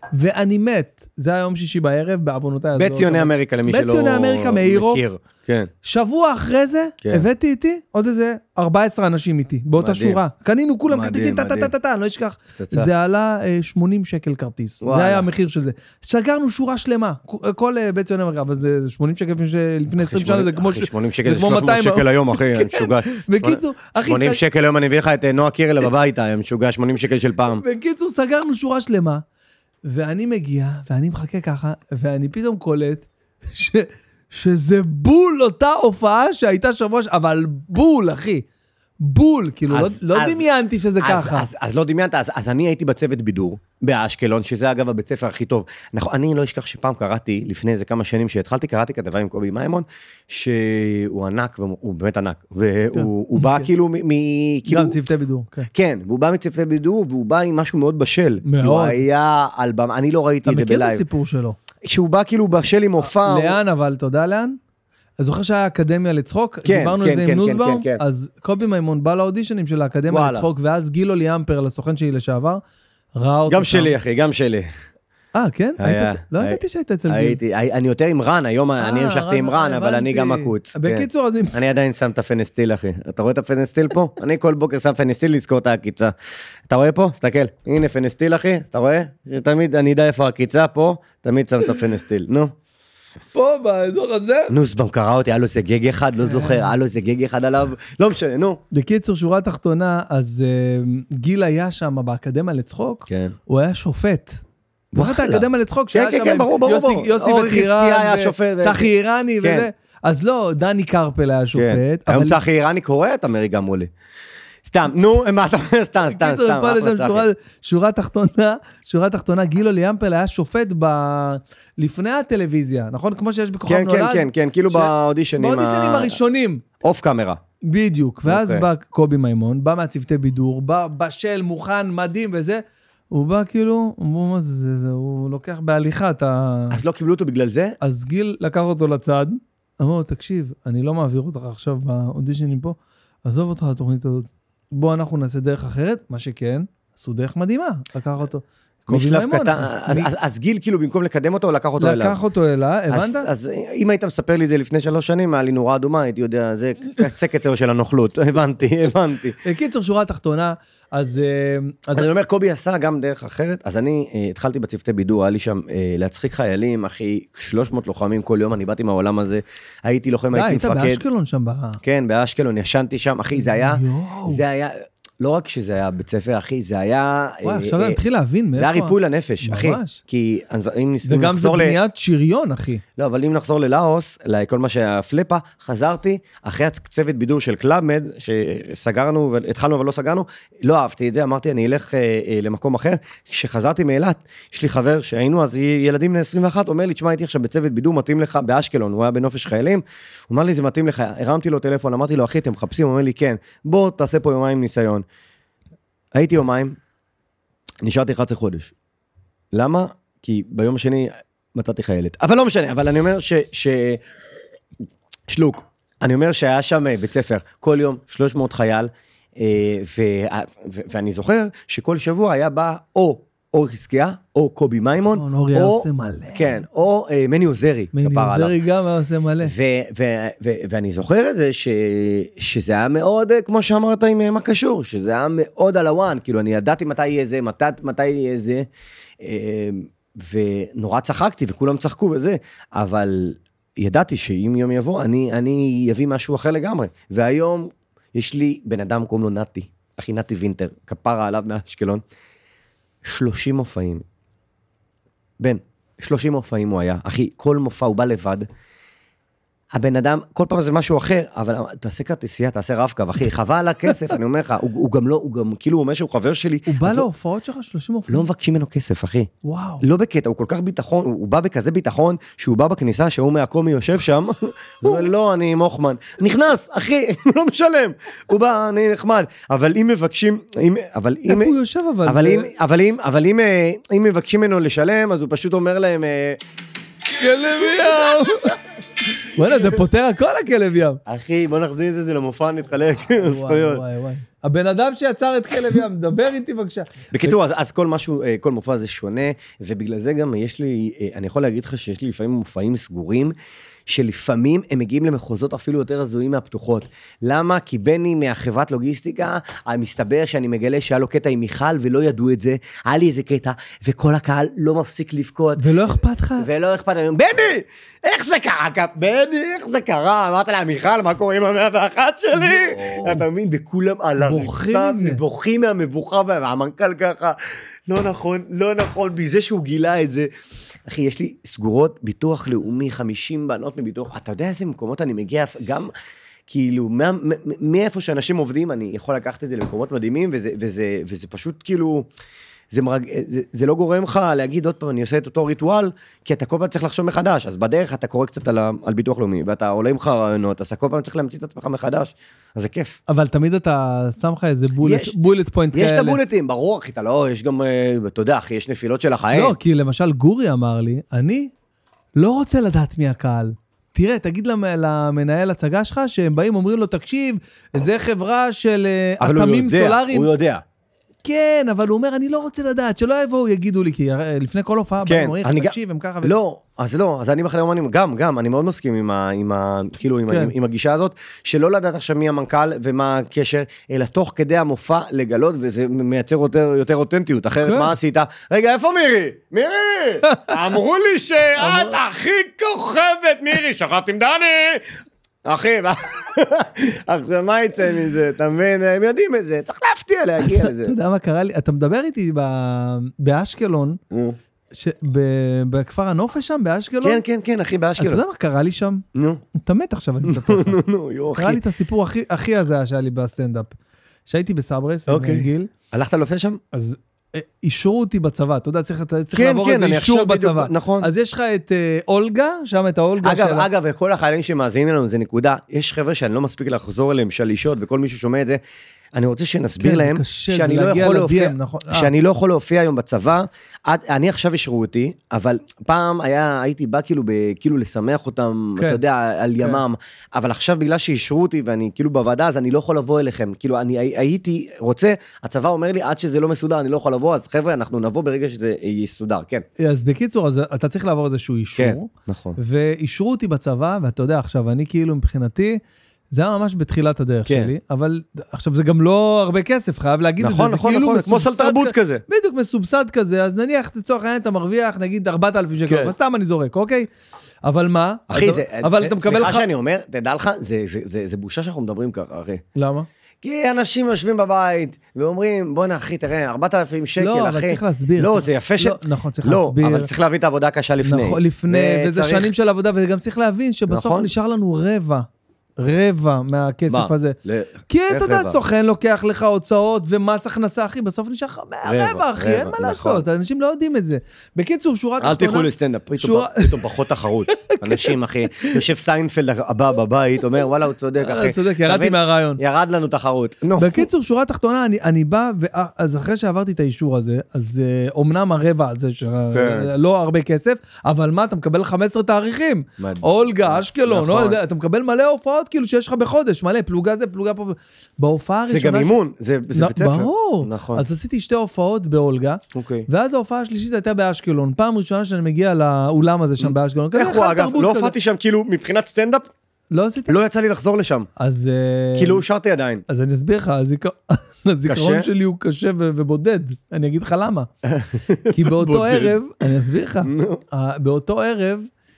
ואני מת. זה היה יום שישי בערב, בעוונותיי. בית ציוני אמריקה, למי שלא ציוני אמריקה, מאירוף. כן. שבוע אחרי זה, הבאתי איתי עוד איזה 14 אנשים איתי, באותה שורה. קנינו כולם כרטיסים, אני לא אשכח. זה עלה 80 שקל כרטיס. זה היה המחיר של זה. סגרנו שורה שלמה, כל בית ציוני אמריקה, אבל זה 80 שקל לפני 20 שנה, זה כמו 80 שקל, זה 300 שקל היום, אחי, משוגע. בקיצור, 80 שקל היום, אני מביא לך את נועה קירל בביתה, משוגע, 80 שקל של פעם. בקיצור, סגרנו שורה שלמה, ואני מגיע, ואני מחכה ככה, ואני פתאום קולט שזה בול אותה הופעה שהייתה שבוע, אבל בול, אחי. בול, כאילו, לא דמיינתי שזה ככה. אז לא דמיינת, אז אני הייתי בצוות בידור, באשקלון, שזה אגב הבית ספר הכי טוב. אני לא אשכח שפעם קראתי, לפני איזה כמה שנים שהתחלתי, קראתי כתבה עם קובי מיימון, שהוא ענק, והוא באמת ענק, והוא בא כאילו גם צוותי בידור. כן, והוא בא מצוותי בידור, והוא בא עם משהו מאוד בשל. מאוד. הוא היה על במה, אני לא ראיתי את זה בלייב. אתה מכיר את הסיפור שלו? שהוא בא כאילו בשל עם הופעה. לאן, אבל אתה יודע לאן? אז זוכר שהיה אקדמיה לצחוק, דיברנו על זה עם נוסבאום, אז קובי מימון בא לאודישנים של האקדמיה לצחוק, ואז גילו ליאמפר, לסוכן שלי לשעבר, ראה אותו. גם שלי, אחי, גם שלי. כן? לא ידעתי שהיית אצל גיל. אני יותר עם רן, היום אני המשכתי עם רן, אבל אני גם מקוץ. בקיצור, אני עדיין שם את הפנסטיל, אחי. אתה רואה את הפנסטיל פה? אני כל בוקר שם פנסטיל לזכור את העקיצה. אתה רואה פה? תסתכל. הנה פנסטיל, אחי. אתה רואה? תמיד אני יודע איפה העקיצה פה, תמיד שם את הפנסטיל. נו. פה באזור הזה. נוסבאום קרא אותי, היה לו איזה גג אחד, לא זוכר, היה לו איזה גג אחד עליו, לא משנה, נו. בקיצור, שורה תחתונה, אז גיל היה שם באקדמיה לצחוק, הוא היה שופט. זוכרת האקדמיה לצחוק, שהיה שם יוסי וחירן, צחי איראני וזה. אז לא, דני קרפל היה שופט. היום צחי איראני קורא את אמרי גם עולה. סתם, נו, מה אתה אומר? סתם. שורה תחתונה, גילו ליאמפל היה שופט לפני הטלוויזיה, נכון? כמו שיש בכוכב נולד. כן, כאילו באודישנים הראשונים. אוף קאמרה. בדיוק, ואז בא קובי מימון, בא מהצוותי בידור, בא בשל, מוכן, מדהים וזה, הוא בא כאילו, הוא לוקח בהליכה את ה... אז לא קיבלו אותו בגלל זה? אז גיל לקח אותו לצד, אמרו, תקשיב, אני לא מעביר אותך עכשיו באודישנים פה, עזוב אותך לתוכנית הזאת. בוא אנחנו נעשה דרך אחרת, מה שכן, עשו דרך מדהימה, לקח אותו. משלב קטן, אז גיל כאילו במקום לקדם אותו, לקח אותו אליו. לקח אותו אליו, הבנת? אז אם היית מספר לי את זה לפני 3 שנים, היה לי נורה אדומה, הייתי יודע, זה קצר של הנוכלות, הבנתי. קיצר, שורה תחתונה, אז אני אומר, קובי עשה גם דרך אחרת, אז אני התחלתי בצוותי בידור, היה לי שם להצחיק חיילים, אחי, 300 לוחמים כל יום, אני באתי מהעולם הזה, הייתי לוחם, הייתי מפקד. היית באשקלון שם? כן, באשקלון, ישנתי שם, אחי, זה היה... לא רק שזה היה בית ספר, אחי, זה היה... וואי, עכשיו אני מתחיל להבין מאיפה... זה היה ריפוי לנפש, אחי. כי אם וגם זה בניית שריון, אחי. לא, אבל אם נחזור ללאוס, לכל מה שהפלפה, חזרתי, אחרי הצוות בידור של קלאבמד, שסגרנו, והתחלנו אבל לא סגרנו, לא אהבתי את זה, אמרתי, אני אלך למקום אחר. כשחזרתי מאילת, יש לי חבר שהיינו אז ילדים בני 21, אומר לי, תשמע, הייתי עכשיו בצוות בידור, מתאים לך באשקלון, הוא היה בנופש חיילים, הוא אמר לי, זה מתאים לך, הרמתי לו טלפון, אמרתי לו, אחי, אתם מחפשים? הוא אומר לי, כן, בוא, תעשה פה יומיים ניסיון. הייתי יומיים, נשארתי 11 חודש. למה? כי ביום השני מצאתי חיילת. אבל לא משנה, אבל אני אומר שלוק, אני אומר שהיה שם בית ספר, כל יום 300 חייל, ואני זוכר שכל שבוע היה בא או חזקיה, או קובי מימון, או מני עוזרי. מני עוזרי גם היה עושה מלא. ואני זוכר את זה, שזה היה מאוד, כמו שאמרת, עם מה קשור, שזה היה מאוד על הוואן, כאילו אני ידעתי מתי יהיה זה, מתי יהיה זה, ונורא צחקתי, וכולם צחקו וזה, אבל ידעתי שאם יום יבוא, אני אביא משהו אחר לגמרי. והיום יש לי בן אדם קוראים לו נתי, אחי נתי וינטר, כפרה עליו מאשקלון, 30 מופעים. 30 מופעים הוא היה. אחי, כל מופע הוא בא לבד. הבן אדם, כל פעם זה משהו אחר, אבל תעשה כרטיסייה, תעשה רב-קו, אחי, חבל על הכסף, אני אומר לך, הוא גם לא, הוא גם, כאילו, הוא אומר שהוא חבר שלי. הוא בא להופעות שלך 30 מופעים? לא מבקשים ממנו כסף, אחי. וואו. לא בקטע, הוא כל כך ביטחון, הוא בא בכזה ביטחון, שהוא בא בכניסה, שהוא מהקומי יושב שם, הוא אומר, לא, אני מוחמן. נכנס, אחי, הוא לא משלם. הוא בא, אני נחמד. אבל אם מבקשים, איפה הוא יושב, אבל אם מבקשים ממנו לשלם, אז הוא פשוט אומר להם, וואלה, זה פותר הכל הכלב ים. אחי, בוא נחזיר את זה למופע, נתחלק. וואי. הבן אדם שיצר את כלב ים, דבר איתי בבקשה. בקיצור, אז כל מופע זה שונה, ובגלל זה גם יש לי, אני יכול להגיד לך שיש לי לפעמים מופעים סגורים, שלפעמים הם מגיעים למחוזות אפילו יותר הזויים מהפתוחות. למה? כי בני מהחברת לוגיסטיקה, מסתבר שאני מגלה שהיה לו קטע עם מיכל ולא ידעו את זה, היה לי איזה קטע, וכל הקהל לא מפסיק לבכות. ולא אכפת לך? ולא אכפת לך. בני! איך זה קרה? בני, איך זה קרה? אמרת לה, מיכל, מה קורה עם 101 שלי? אתה מבין, וכולם על הרצפה, בוכים מהמבוכה, והמנכ"ל ככה, לא נכון, בזה שהוא גילה את זה. אחי, יש לי סגורות, ביטוח לאומי, 50 בנות מביטוח, אתה יודע איזה מקומות אני מגיע, גם, כאילו, מאיפה שאנשים עובדים, אני יכול לקחת את זה למקומות מדהימים, וזה פשוט כאילו, זה לא גורם לך להגיד עוד פעם, אני עושה את אותו ריטואל, כי אתה כל פעם צריך לחשוב מחדש, אז בדרך אתה קורא קצת על ביטוח לאומי, ואתה עולה עם לך רעיונות, אז כל פעם צריך להמציא את עצמך מחדש, אז זה כיף. אבל תמיד אתה שם לך איזה בולט פוינט כאלה. יש את הבולטים, ברור, אחי, אתה לא, יש גם, אתה יודע, אחי, יש נפילות של החיים. לא, כי למשל גורי אמר לי, אני לא רוצה לדעת מי הקהל. תראה, תגיד למנהל הצגה שלך, שהם באים, אומרים לו, תקשיב, זה חברה של אטמים סולאריים. הוא יודע. כן, אבל הוא אומר, אני לא רוצה לדעת, שלא יבואו, יגידו לי, כי לפני כל הופעה, כן, אומרים, תקשיב, הם ככה. לא, אז אני בכלל אומנים, גם, אני מאוד מסכים עם הגישה הזאת, שלא לדעת עכשיו מי המנכ"ל ומה הקשר, אלא תוך כדי המופע לגלות, וזה מייצר יותר אותנטיות, אחרת מה עשית? רגע, איפה מירי? אמרו לי שאת הכי כוכבת, מירי, שכבת עם דני. אחי, עכשיו מה יצא מזה? אתה מבין? הם יודעים את זה, צריך להפתיע להגיע לזה. אתה יודע מה קרה לי? אתה מדבר איתי באשקלון, בכפר הנופש שם, באשקלון? כן, אחי, באשקלון. אתה יודע מה קרה לי שם? נו. אתה מת עכשיו, אני מספר לך. נו, קרה לי את הסיפור הכי הזיה שהיה לי בסטנדאפ. שהייתי בסברס, עם גיל. הלכת להופיע שם? אז אישרו אותי בצבא, אתה יודע, צריך לעבור איזה אישור בצבא. נכון. אז יש לך את אולגה, שם את האולגה שלה. אגב, וכל החיילים שמאזינים לנו, זה נקודה, יש חבר'ה שאני לא מספיק לחזור אליהם, שלישות, וכל מי ששומע את זה, אני רוצה שנסביר להם, שאני לא יכול להופיע היום בצבא, אני עכשיו ישרו אותי, אבל פעם הייתי בא כאילו לשמח אותם, אתה יודע, על ימם, אבל עכשיו בגלל שישרו אותי, ואני כאילו בוועדה, אז אני לא יכול לבוא אליכם, כאילו אני הייתי רוצה, הצבא אומר לי, עד שזה לא מסודר, אני לא יכול לבוא, אז חבר'ה, אנחנו נבוא ברגע שזה יסודר, כן. אז בקיצור, אתה צריך לעבור איזשהו אישור, כן, נכון. ואישרו אותי בצבא, ואתה יודע, עכשיו אני כאילו מבחינתי, זה היה ממש בתחילת הדרך שלי, אבל עכשיו זה גם לא הרבה כסף, חייב להגיד את זה. נכון, כמו סל תרבות כזה. בדיוק, מסובסד כזה, אז נניח, לצורך העניין, אתה מרוויח, נגיד 4,000 שקל, אבל סתם אני זורק, אוקיי? אבל מה? אחי, סליחה שאני אומר, תדע לך, זה בושה שאנחנו מדברים ככה, אחי. למה? כי אנשים יושבים בבית, ואומרים, בוא אחי, תראה, 4,000 שקל, אחי. לא, אבל צריך להסביר. לא, זה יפה נכון, צריך להסביר. אבל צריך להבין את העבודה הקשה לפני. נכון, לפני, וזה שנים של עבודה, וגם צריך להבין שבסוף נשאר לנו רבע מהכסף הזה. כי אתה יודע, סוכן לוקח לך הוצאות ומס הכנסה, אחי, בסוף נשאר רבע, אחי, אין מה לעשות, אנשים לא יודעים את זה. בקיצור, שורת אל תלכו לסטנדאפ, פתאום פחות תחרות. אנשים, אחי, יושב סיינפלד הבא בבית, אומר, וואלה, הוא צודק, אחי. צודק, ירדתי מהרעיון. ירד לנו תחרות. בקיצור, שורה תחתונה, אני בא, אז אחרי שעברתי את האישור הזה, אז אומנם הרבע הזה, לא הרבה כסף, אבל מה, אתה מקבל 15 תאריכים. אולגה, אשקלון, אתה מקבל מלא הופעות כאילו שיש לך בחודש, מלא, פלוגה זה, פלוגה פה. בהופעה הראשונה... זה גם אימון, זה בית ספר. ברור. נכון. אז עשיתי 2 הופעות באולגה, ואז ההופעה השלישית הייתה באשקלון. פעם ראשונה שאני מגיע לאולם הזה שם באשקלון. איך הוא, אגב, לא הופעתי שם כאילו מבחינת סטנדאפ? לא עשיתי? לא יצא לי לחזור לשם. אז... כאילו שרתי עדיין. אז אני אסביר לך, הזיכרון שלי הוא קשה ובודד. אני אגיד לך למה. כי באותו ערב, אני אסביר לך, באותו ערב,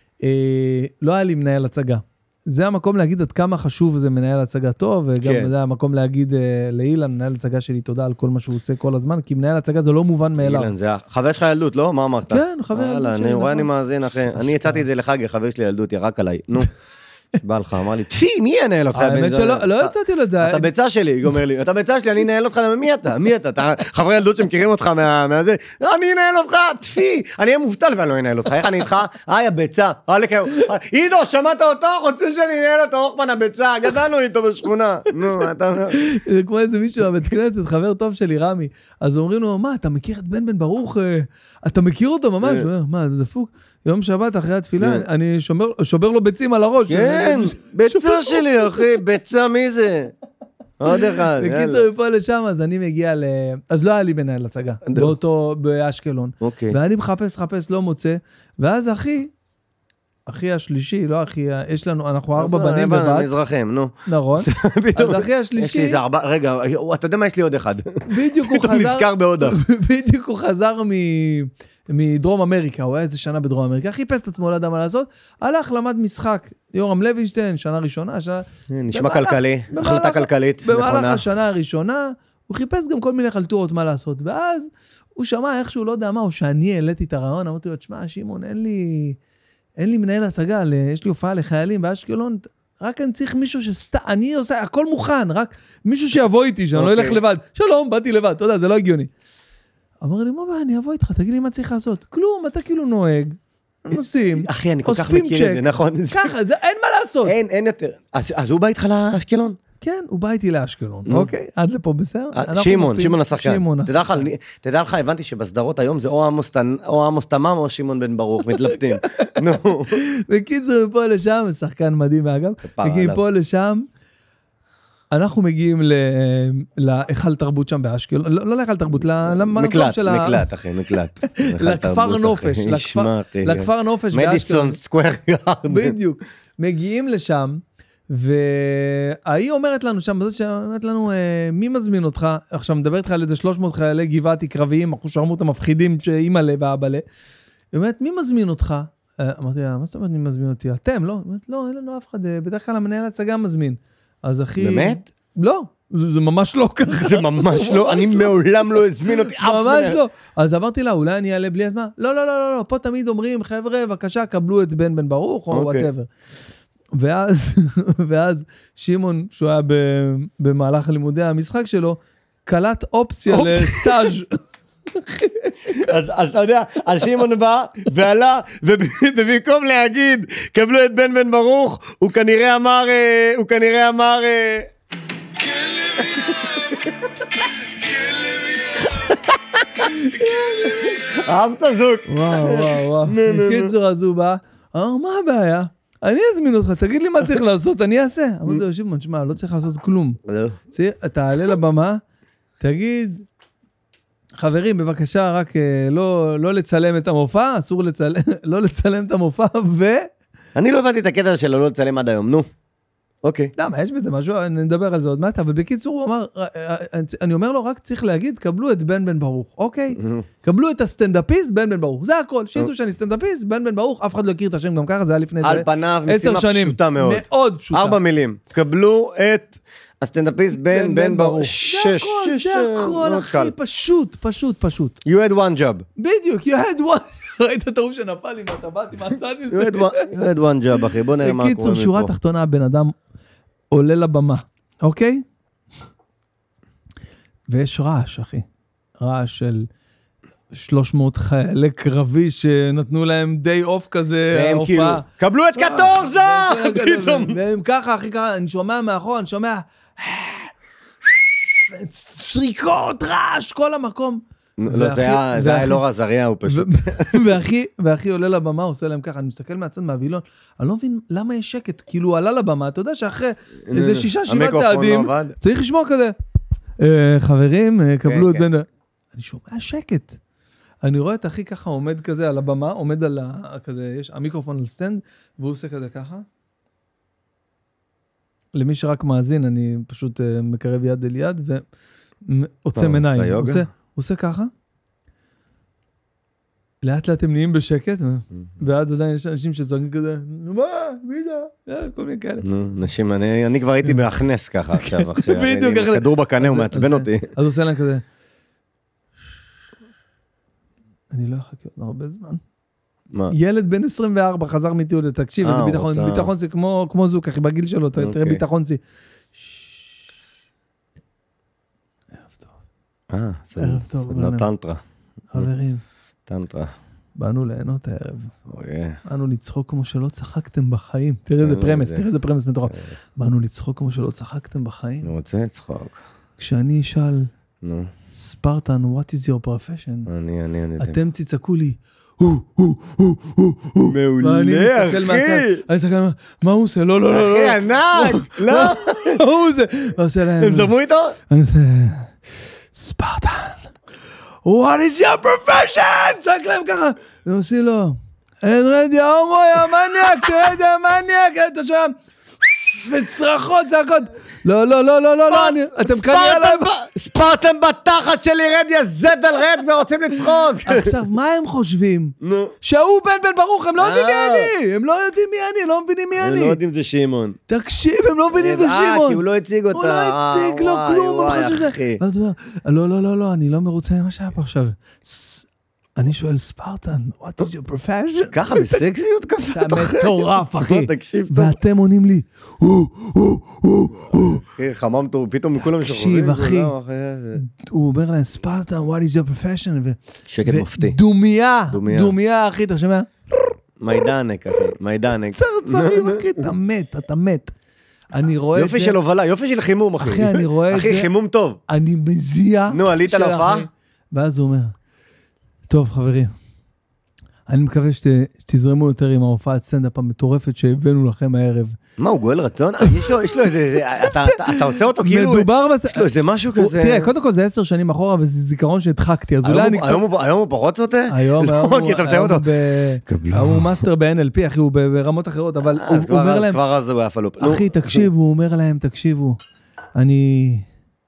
לא היה לי מנהל הצגה. זה המקום להגיד עד כמה חשוב זה מנהל הצגה טוב, וגם זה המקום להגיד לאילן, מנהל הצגה שלי תודה על כל מה שהוא עושה כל הזמן, כי מנהל הצגה זה לא מובן מאליו. אילן, זה חבר שלך ילדות, לא? מה אמרת? כן, חבר ילדות שלי. אני רואה, אני מאזין אחרי, אני יצאתי את זה לחג, חבר שלי ילדות, ירק עליי, נו. בא לך, אמר לי, תפי, מי ינהל אותך? האמת שלא יצאתי לזה. אתה ביצה שלי, גומר לי, אתה ביצה שלי, אני אנהל אותך, מי אתה? מי אתה? אתה חברי ילדות שמכירים אותך מהזה, אני אנהל אותך, תפי, אני אהיה מובטל ואני לא אנהל אותך, איך אני איתך? הביצה, עידו, שמעת אותו? רוצה שאני אנהל אותו, אוכמן הביצה, גדלנו איתו בשכונה. נו, אתה... זה כמו איזה מישהו בבית כנסת, חבר טוב שלי, רמי, אז אומרים לו, מה, אתה מכיר את בן ברוך? אתה מכיר אותו ממש? מה, זה דפוק? יום שבת אחרי התפילה, אני שובר לו ביצים על הראש. כן, ביצה שלי, אחי, ביצה מי זה? עוד אחד, יאללה. בקיצור, מפה לשם, אז אני מגיע אז לא היה לי מנהל הצגה, באשקלון. ואני מחפש, לא מוצא, ואז אחי השלישי, לא אחי, יש לנו, אנחנו 4 בנים ובת. מזרחים, נו. נכון. אז אחי השלישי... יש לי איזה 4, רגע, אתה יודע מה, יש לי עוד אחד. בדיוק הוא חזר... נזכר בעוד אח. בדיוק הוא חזר מדרום אמריקה, הוא היה איזה שנה בדרום אמריקה, חיפש את עצמו, לא ידע מה לעשות, הלך, למד משחק, יורם לוינשטיין, שנה ראשונה, נשמע כלכלי, החלטה כלכלית, במהלך השנה הראשונה, הוא חיפש גם כל מיני חלטורות מה לעשות, ואז הוא שמע איכשהו, לא יודע מה, או שאני העליתי את הרעיון, אמרתי לו, תשמע, שמעון, אין לי מנהל הצגה, יש לי הופעה לחיילים באשקלון, רק אני צריך מישהו אני עושה, הכל מוכן, רק מישהו שיבוא איתי, שאני לא אלך לבד. שלום, באתי לבד, אתה יודע, זה לא הגיוני. אמר לי, מה בעיה, אני אבוא איתך, תגיד לי מה צריך לעשות. כלום, אתה כאילו נוהג, נוסעים, אחי, אני כל כך מכיר את זה, נכון? ככה, אין מה לעשות. אין יותר. אז הוא בא איתך לאשקלון? כן, הוא בא איתי לאשקלון, אוקיי? עד לפה בסדר? שמעון השחקן. תדע לך, הבנתי שבסדרות היום זה או עמוס תמם או שמעון בן ברוך, מתלבטים. נו. בקיצור, מפה לשם, שחקן מדהים באגב, מגיעים פה לשם, אנחנו מגיעים להיכל תרבות שם באשקלון, לא להיכל תרבות, מקלט, אחי, מקלט. לכפר נופש, לכפר נופש באשקלון. מדיסון סקוואר יארד. בדיוק. מגיעים לשם, והיא אומרת לנו שם, אומרת לנו, מי מזמין אותך? עכשיו מדבר איתך על איזה 300 חיילי גבעתי קרביים, אנחנו שרמו את המפחידים שאימא לה ואבא לה. היא אומרת, מי מזמין אותך? אמרתי לה, מה זאת אומרת מי מזמין אותי? אתם, לא? אומרת, לא, אין לנו אף אחד, בדרך כלל המנהל הצגה מזמין. אז אחי... באמת? לא, זה ממש לא ככה. זה ממש לא, אני מעולם לא הזמין אותי אף ממש לא. אז אמרתי לה, אולי אני אעלה בלי הזמן? לא, פה תמיד אומרים, חבר'ה, בבקשה, קבלו את בן ברוך, או whatever. ואז שמעון, שהוא היה במהלך לימודי המשחק שלו, קלט אופציה לסטאז'. אז אתה יודע, אז שמעון בא ועלה, ובמקום להגיד, קבלו את בן ברוך, הוא כנראה אמר, אהבת זוק. וואו. בקיצור, אז הוא בא, מה הבעיה? אני אזמין אותך, תגיד לי מה צריך לעשות, אני אעשה. אמרתי לו, שמעון, שמע, לא צריך לעשות כלום. תעלה לבמה, תגיד, חברים, בבקשה, רק לא לצלם את המופע, אסור לא לצלם את המופע, אני לא הבנתי את הקטע שלו לא לצלם עד היום, נו. אוקיי. למה, יש בזה משהו, נדבר על זה עוד מעט, אבל בקיצור הוא אמר, אני אומר לו, רק צריך להגיד, קבלו את בן ברוך, אוקיי? קבלו את הסטנדאפיסט בן ברוך, זה הכל, שידעו שאני סטנדאפיסט, בן ברוך, אף אחד לא הכיר את השם גם ככה, זה היה לפני 10 שנים. על פניו, משימה פשוטה מאוד. מאוד פשוטה. 4 מילים, קבלו את הסטנדאפיסט בן ברוך. זה הכל, הכי פשוט. You had one job. בדיוק, you had one. ראית את הרוב שנפל לי מהטבעת, עם הצד הזה. You had one job, אחי, בוא נראה מה קורה מפה. בקיצור, שורה תחתונה, הבן אדם עולה לבמה, אוקיי? ויש רעש, אחי. רעש של 300 חיילי קרבי שנתנו להם די אוף כזה. והם כאילו, קבלו את קטורזה! והם ככה, אחי, ככה, אני שומע מאחור, אני שומע שריקות, רעש, כל המקום. לא, זה היה אלאור עזריה, הוא פשוט. ואחי עולה לבמה, עושה להם ככה, אני מסתכל מהצד מהווילון, אני לא מבין למה יש שקט, כאילו הוא עלה לבמה, אתה יודע שאחרי איזה 6-7 צעדים, צריך לשמוע כזה, חברים, קבלו את בן... אני שומע שקט. אני רואה את אחי ככה עומד כזה על הבמה, עומד על כזה, יש המיקרופון על סטנד, והוא עושה כזה ככה. למי שרק מאזין, אני פשוט מקרב יד אל יד, ועוצם עיניים. הוא עושה ככה, לאט לאט הם נהיים בשקט, ועד עדיין יש אנשים שצועקים כזה, נו מה, מידה, כל מיני כאלה. נשים, אני כבר הייתי בהכנס ככה עכשיו, כדור בקנה הוא מעצבן אותי. אז הוא עושה להם כזה, אני לא אחכה עוד הרבה זמן. ילד בן 24 חזר מטיול, תקשיב, ביטחון זה כמו זוק, אחי, בגיל שלו, תראה ביטחון זה. ערב טוב. סדנת טנטרה. חברים. טנטרה. באנו ליהנות הערב. באנו לצחוק כמו שלא צחקתם בחיים. תראה איזה פרמס מטורף. באנו לצחוק כמו שלא צחקתם בחיים. אני רוצה לצחוק. כשאני אשאל, ספרטן, what is your profession? אתם תצעקו לי, מעולה, אחי. אני מסתכל, מה הוא עושה? לא, לא, לא. אחי, ענק, לא. הוא עושה, ועושה להם. הם זרמו איתו? אני עושה, ספרטן, what is your profession? צעק להם ככה. הם עושים לו, אין רדי, ההומו, יא מניאק, תראה את המניאק, אתה שם. וצרחות, צעקות. לא, לא, לא, לא, לא, אתם כנראה להם. ספרטן בתחת שלי, רד, יא זבל רד, ורוצים לצחוק. עכשיו, מה הם חושבים? שהוא בן ברוך, הם לא יודעים מי אני. הם לא יודעים מי אני, לא מבינים מי אני. הם לא יודעים זה שמעון. תקשיב, הם לא מבינים זה שמעון. כי הוא לא הציג אותה. הוא לא הציג לו כלום. לא, לא, לא, לא, אני לא מרוצה מה שהיה פה עכשיו. אני שואל ספרטן, what is your profession? ככה בסקסיות כזאת, אתה מטורף, אחי. תקשיב טוב. ואתם עונים לי, אחי, חממת, פתאום מכולם תקשיב, אחי. הוא אומר להם, ספרטן, what is your profession? שקט מופתי. דומיה, אחי, אתה שומע? מיידנק, אחי, מיידנק. צרצרים, אחי, אתה מת. אני רואה את זה. יופי של הובלה, יופי של חימום, אחי. אחי, אני רואה את זה. אחי, חימום טוב. אני מזיע. נו, עלית להופעה? ואז הוא אומר, טוב, חברים, אני מקווה שתזרמו יותר עם ההופעת סטנדאפ המטורפת שהבאנו לכם הערב. מה, הוא גואל רצון? יש לו איזה, אתה עושה אותו כאילו, יש לו איזה משהו כזה. תראה, קודם כל זה 10 שנים אחורה, וזה זיכרון שהדחקתי, אז אולי אני קצת... היום הוא פחות סוטה? היום הוא מאסטר ב-NLP, אחי, הוא ברמות אחרות, אבל הוא אומר להם... כבר אז הוא היה פלופ. אחי, תקשיבו, הוא אומר להם, תקשיבו, אני...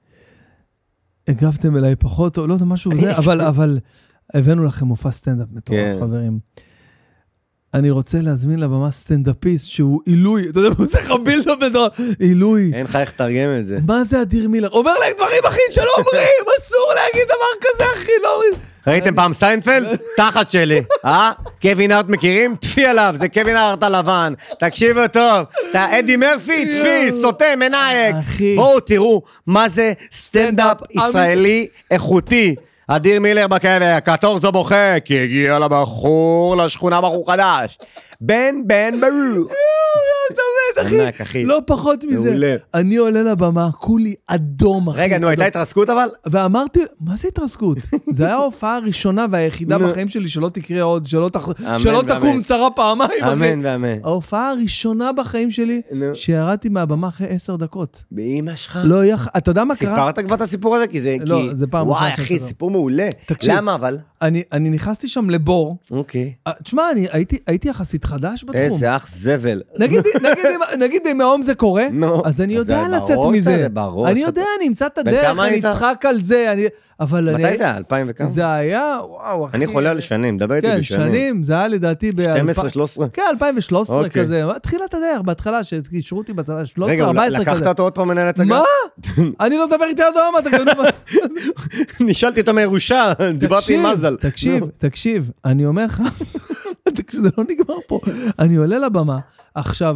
הגבתם אליי פחות, לא זה משהו זה, אבל הבאנו לכם מופע סטנדאפ מטורף, חברים. אני רוצה להזמין לבמה סטנדאפיסט שהוא עילוי, אתה יודע, הוא עושה חביל לו מטורף, עילוי. אין לך איך תרגם את זה. מה זה אדיר מילר? אומר להם דברים, אחי, שלא אומרים, אסור להגיד דבר כזה, אחי, לא אומרים. ראיתם פעם סיינפלד? תחת שלי, קווין הארט מכירים? תפי עליו, זה קווין הארט הלבן. תקשיבו טוב, אדי מרפי, תפי, סותם, מנהיק. בואו תראו מה זה סטנדאפ ישראלי איכותי. אדיר מילר בקבר, קטורזו בוכה, כי הגיע לבחור לשכונה בחור חדש. בן ברוך. אתה מת, אחי. לא פחות מזה. אני עולה לבמה, כולי אדום, אחי. רגע, נו, הייתה התרסקות אבל? ואמרתי, מה זה התרסקות? זה היה ההופעה הראשונה והיחידה בחיים שלי שלא תקרה עוד, שלא תקום צרה פעמיים. אמן ואמן. ההופעה הראשונה בחיים שלי, שירדתי מהבמה אחרי 10 דקות. באמא שלך? לא, אתה יודע מה קרה? סיפרת כבר את הסיפור הזה? לא, זה פעם. וואי, אחי, סיפור מעולה. למה אבל? אני נכנסתי שם לבור. אוקיי. תשמע, הייתי יחסית חדש בתחום. איזה אח זבל. נגיד אם היום זה קורה, אז אני יודע לצאת מזה. אני יודע, אני אמצא את הדרך, אני אצחק על זה. מתי זה היה? 2000 וכמה? זה היה, וואו, אחי. אני חולה על שנים, דבר איתי בשנים. כן, שנים, זה היה לדעתי 12-13? כן, 2013 כזה. תחילת הדרך, בהתחלה, שהתקשרו אותי בצבא, 13-14 כזה. רגע, לקחת אותו עוד פעם מנהל הצגה? מה? אני לא מדבר איתי עד היום, אתה כאילו... נשאלתי אותה מהירושה, דיברתי עם מזל. תקשיב, אני אומר לך, זה לא נגמר פה. אני עולה לבמה, עכשיו,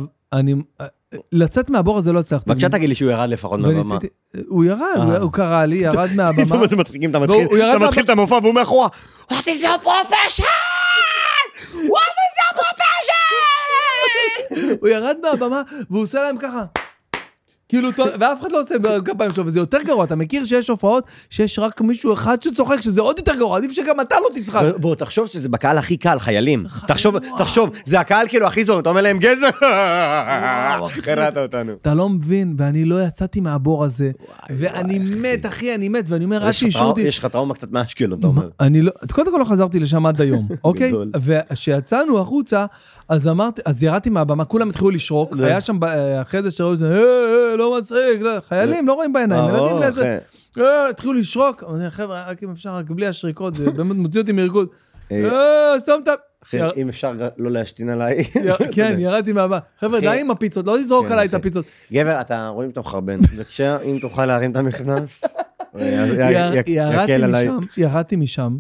לצאת מהבור הזה לא הצלחתי. בבקשה תגיד לי שהוא ירד לפחות מהבמה. הוא ירד, הוא קרא לי, ירד מהבמה. פתאום זה מצחיקים, אתה מתחיל את המופע והוא מאחורה, What is your profession? What is your profession? הוא ירד מהבמה והוא עושה להם ככה. כאילו, ואף אחד לא עושה כפיים שלו, וזה יותר גרוע. אתה מכיר שיש הופעות שיש רק מישהו אחד שצוחק, שזה עוד יותר גרוע, עדיף שגם אתה לא תצחק. בוא, תחשוב שזה בקהל הכי קל, חיילים. תחשוב, זה הקהל כאילו הכי זול, אתה אומר להם גזר. קראת אותנו. אתה לא מבין, ואני לא יצאתי מהבור הזה, ואני מת, אחי, אני מת, ואני אומר, רשי אישור אותי. יש לך טראומה קצת מהאשקלון, אתה אומר. קודם כל לא חזרתי לשם עד היום, אוקיי? וכשיצאנו החוצה, אז ירדתי מהבמה, כולם התחילו לשרוק, היה שם אחרי זה שראו, לא מצחיק, חיילים, לא רואים בעיניים, ילדים לזה, התחילו לשרוק, חבר'ה, רק אם אפשר, רק בלי השריקות, זה באמת מוציא אותי מרקוד, סתום את... אחי, אם אפשר לא להשתין עליי. כן, ירדתי מהבא, חבר'ה, די עם הפיצות, לא לזרוק עליי את הפיצות. גבר, אתה רואים את חרבן, בבקשה, אם תוכל להרים את המכנס, ירדתי משם,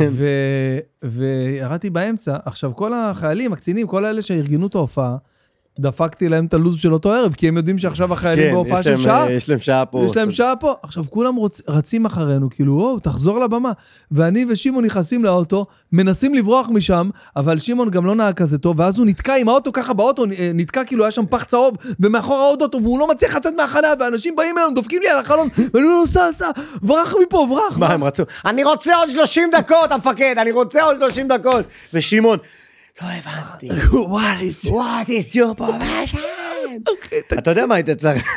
וירדתי באמצע, עכשיו כל החיילים, הקצינים, כל האלה שארגנו את ההופעה, דפקתי להם את הלוז של אותו ערב, כי הם יודעים שעכשיו החיילים בהופעה של שעה. יש להם שעה פה. יש להם שעה פה. עכשיו, כולם רצים אחרינו, כאילו, תחזור לבמה. ואני ושימון נכנסים לאוטו, מנסים לברוח משם, אבל שימון גם לא נהג כזה טוב, ואז הוא נתקע עם האוטו ככה באוטו, נתקע כאילו היה שם פח צהוב, ומאחור האוטו, והוא לא מצליח לתת מהחנה, ואנשים באים אלינו, דופקים לי על החלון, ואני לא סע, ברח מפה, ברח. מה הם רצו? אני רוצה עוד 30 דקות, המפקד, אני רוצה עוד 30 דקות. ושימון, לא הבנתי. What is your profession? אתה יודע מה היית צריך?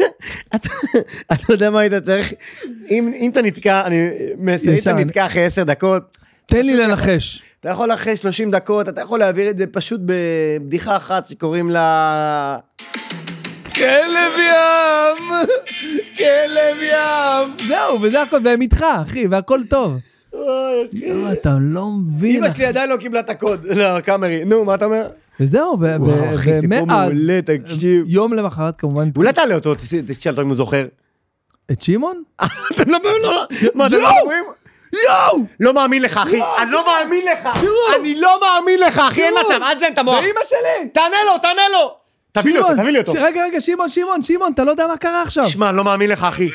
אתה יודע מה היית צריך? אם אתה נתקע, אם אתה נתקע אחרי 10 דקות, תן לי לנחש. אתה יכול אחרי 30 דקות, אתה יכול להעביר את זה פשוט בבדיחה אחת שקוראים לה... כלב ים! כלב ים! זהו, וזה הכל, והם איתך, אחי, והכל טוב. אתה לא מבין. אמא שלי עדיין לא קיבלה את הקוד לקאמרי. נו, מה אתה אומר? וזהו, ומאז, יום למחרת כמובן. אולי תעלה אותו, תשאל אותו אם הוא זוכר. את שימון? אתם לא מה, אתם לא אומרים? יואו! לא מאמין לך, אחי. אני לא מאמין לך. אני לא מאמין לך, אחי. אין מצב, עד זה אין את המוח. ואמא שלי! תענה לו. תביא לי אותו. רגע, שימון, אתה לא יודע מה קרה עכשיו. שמע, אני לא מאמין לך, אחי.